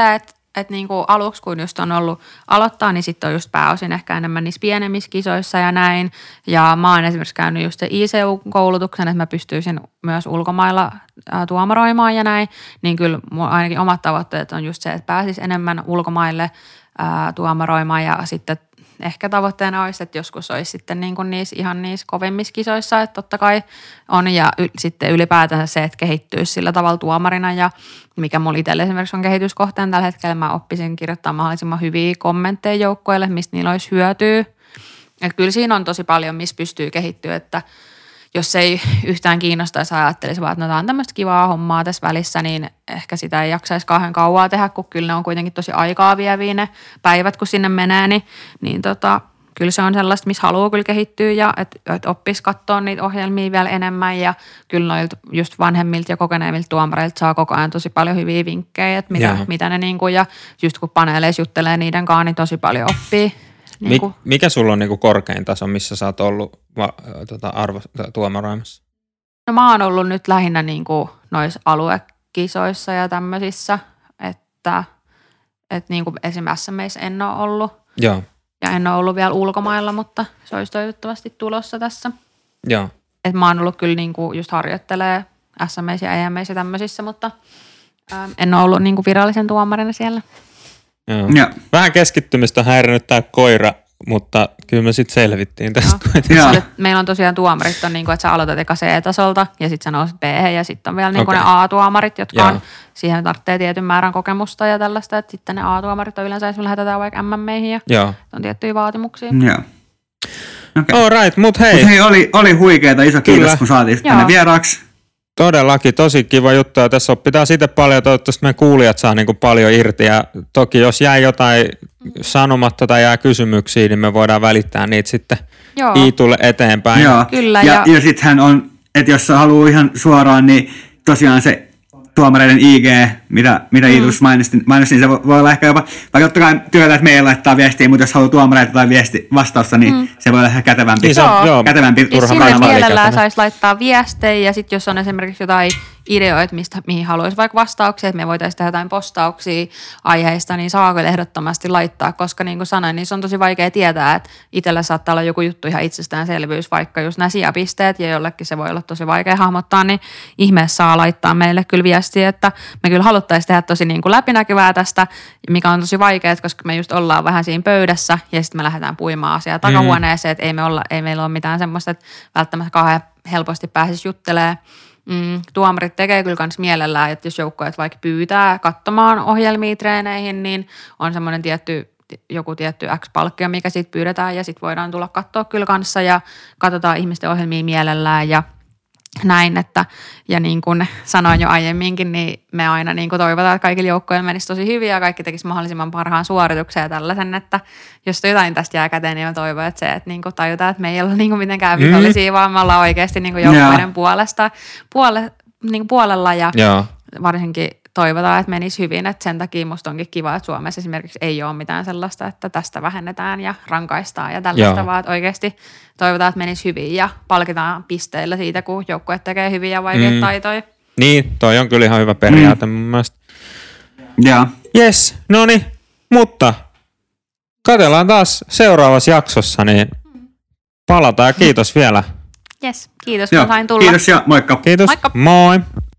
C: että niinku aluksi kun just on ollut aloittaa, niin sitten on just pääosin ehkä enemmän niissä pienemmissä kisoissa ja näin. Ja mä oon esimerkiksi käynyt just se I C U-koulutuksen, että mä pystyisin myös ulkomailla ää, tuomaroimaan ja näin. Niin kyllä mun ainakin omat tavoitteet on just se, että pääsis enemmän ulkomaille ää, tuomaroimaan ja sitten ehkä tavoitteena olisi, että joskus olisi sitten niin kuin niissä, ihan niissä kovimmissa kisoissa, että totta kai on. Ja y- sitten ylipäätänsä se, että kehittyisi sillä tavalla tuomarina ja mikä mulla itselle esimerkiksi on kehityskohteen tällä hetkellä, mä oppisin kirjoittaa mahdollisimman hyviä kommentteja joukkueille, mistä niillä olisi hyötyä. Että kyllä siinä on tosi paljon, missä pystyy kehittyä, että jos ei yhtään kiinnostaisi ajattelisi vaan, että no tämä on tämmöistä kivaa hommaa tässä välissä, niin ehkä sitä ei jaksaisi kauhean kauaa tehdä, kun kyllä ne on kuitenkin tosi aikaa vieviä ne päivät, kun sinne menee, niin, niin tota, kyllä se on sellaista, missä haluaa kyllä kehittyä ja että et oppisi katsoa niitä ohjelmia vielä enemmän ja kyllä noilta just vanhemmilta ja kokeneemmilta tuomareilta saa koko ajan tosi paljon hyviä vinkkejä, että mitä, mitä ne niinku ja just kun paneeleissa juttelee niiden kanssa, niin tosi paljon oppii. Niin
A: Mik, mikä sulla on niinku korkein taso, missä sä oot ollut va, tota, arvo, tuomaroimassa?
C: No mä oon ollut nyt lähinnä niinku noissa aluekisoissa ja tämmöisissä, että, että niinku esimerkiksi S M I:ssä en ole ollut.
A: Joo.
C: Ja en ole ollut vielä ulkomailla, mutta se olisi toivottavasti tulossa tässä.
A: Joo.
C: Et mä oon ollut kyllä niinku just harjoittelee S M I:ssä ja E M I:ssä ja tämmöisissä, mutta ähm, en ole ollut niinku virallisen tuomarina siellä.
A: Joo. Ja. Vähän keskittymistä on häirinyt tää koira, mutta kyllä me sitten selvittiin tästä.
C: No. Meillä on tosiaan tuomarit, on niin kuin, että sä aloitat eka C-tasolta ja sitten sä nouset B ja sitten on vielä niin kuin okay. ne A-tuomarit, jotka on, siihen tarvitsee tietyn määrän kokemusta ja tällaista, että sitten ne A-tuomarit on yleensä, jos me lähetetään vaikka M M I:hin ja Joo. on tiettyjä vaatimuksia.
B: Joo.
A: Okay. All right, mut hei.
B: Mut hei, oli, oli huikeeta, iso kiitos, kyllä. kun saatiin tänne vieraaksi.
A: Todellakin, tosi kiva juttu ja tässä opitaan siitä paljon, toivottavasti meidän kuulijat saa niin kuin paljon irti ja toki jos jäi jotain sanomatta tai jää kysymyksiä, niin me voidaan välittää niitä sitten Joo. Iitulle eteenpäin.
B: Joo,
C: kyllä.
B: Ja, ja, ja sittenhän on, että jos haluaa ihan suoraan, niin tosiaan se tuomareiden I G, mitä, mitä mm. Iitus mainitsi, mainitsi, niin se voi, voi olla ehkä jopa, vaikka totta kai työtä, että meillä laittaa viestiä, mutta jos haluaa tuomareita tai viesti vastausta, niin mm. se voi olla ehkä kätevämpi.
C: Niin joo,
B: joo. kätevämpi
C: turha kanava. Mielellään saisi laittaa viestejä ja sitten jos on esimerkiksi jotain ideoita, mistä, mihin haluaisi vaikka vastauksia, että me voitaisiin tehdä jotain postauksia aiheista, niin saa kyllä ehdottomasti laittaa, koska niin kuin sanoin, niin se on tosi vaikea tietää, että itsellä saattaa olla joku juttu ihan itsestäänselvyys, vaikka just nämä sijapisteet ja jollekin se voi olla tosi vaikea hahmottaa, niin ihmeessä saa laittaa meille kyllä viestiä, että me kyllä haluttaisiin tehdä tosi niin kuin läpinäkyvää tästä, mikä on tosi vaikeaa, koska me just ollaan vähän siinä pöydässä ja sitten me lähdetään puimaan asiaa takahuoneeseen, että ei, me olla, ei meillä ole mitään semmoista, että välttämättä kauhean helposti pääsisi juttelemaan. Mm, tuomarit tekee kyllä myös mielellään, että jos joukkueet vaikka pyytää katsomaan ohjelmia treeneihin, niin on semmoinen tietty, joku tietty X-palkkio, mikä siitä pyydetään ja sitten voidaan tulla katsoa kyllä kanssa ja katsotaan ihmisten ohjelmia mielellään ja näin, että ja niin kuin sanoin jo aiemminkin, niin me aina niin kuin toivotaan, että kaikilla joukkoilla menisi tosi hyvin ja kaikki tekisi mahdollisimman parhaan suorituksen ja tällaisen, että jos jotain tästä jää käteen, niin mä toivon, että se, että niin kuin tajutaan, että me ei olla niin kuin mitenkään vihollisia, mm. vaan me ollaan oikeasti niin kuin joukkoiden yeah. puolesta, puole, niin kuin puolella ja yeah. varsinkin toivotaan, että menisi hyvin, että sen takia musta onkin kiva, että Suomessa esimerkiksi ei ole mitään sellaista, että tästä vähennetään ja rankaistaan ja tällaista, Joo. vaan että oikeasti toivotaan, että menisi hyvin ja palkitaan pisteillä siitä, kun joukkueet tekee hyviä ja vaikeita mm. taitoja.
A: Niin, toi on kyllä ihan hyvä periaate mm. mun mielestä.
B: Joo.
A: Jes, no niin, mutta katsellaan taas seuraavassa jaksossa, niin palataan ja kiitos vielä.
C: Jes, kiitos kun sain tulla.
B: Kiitos ja moikka.
A: Kiitos,
C: moikka.
A: Moi.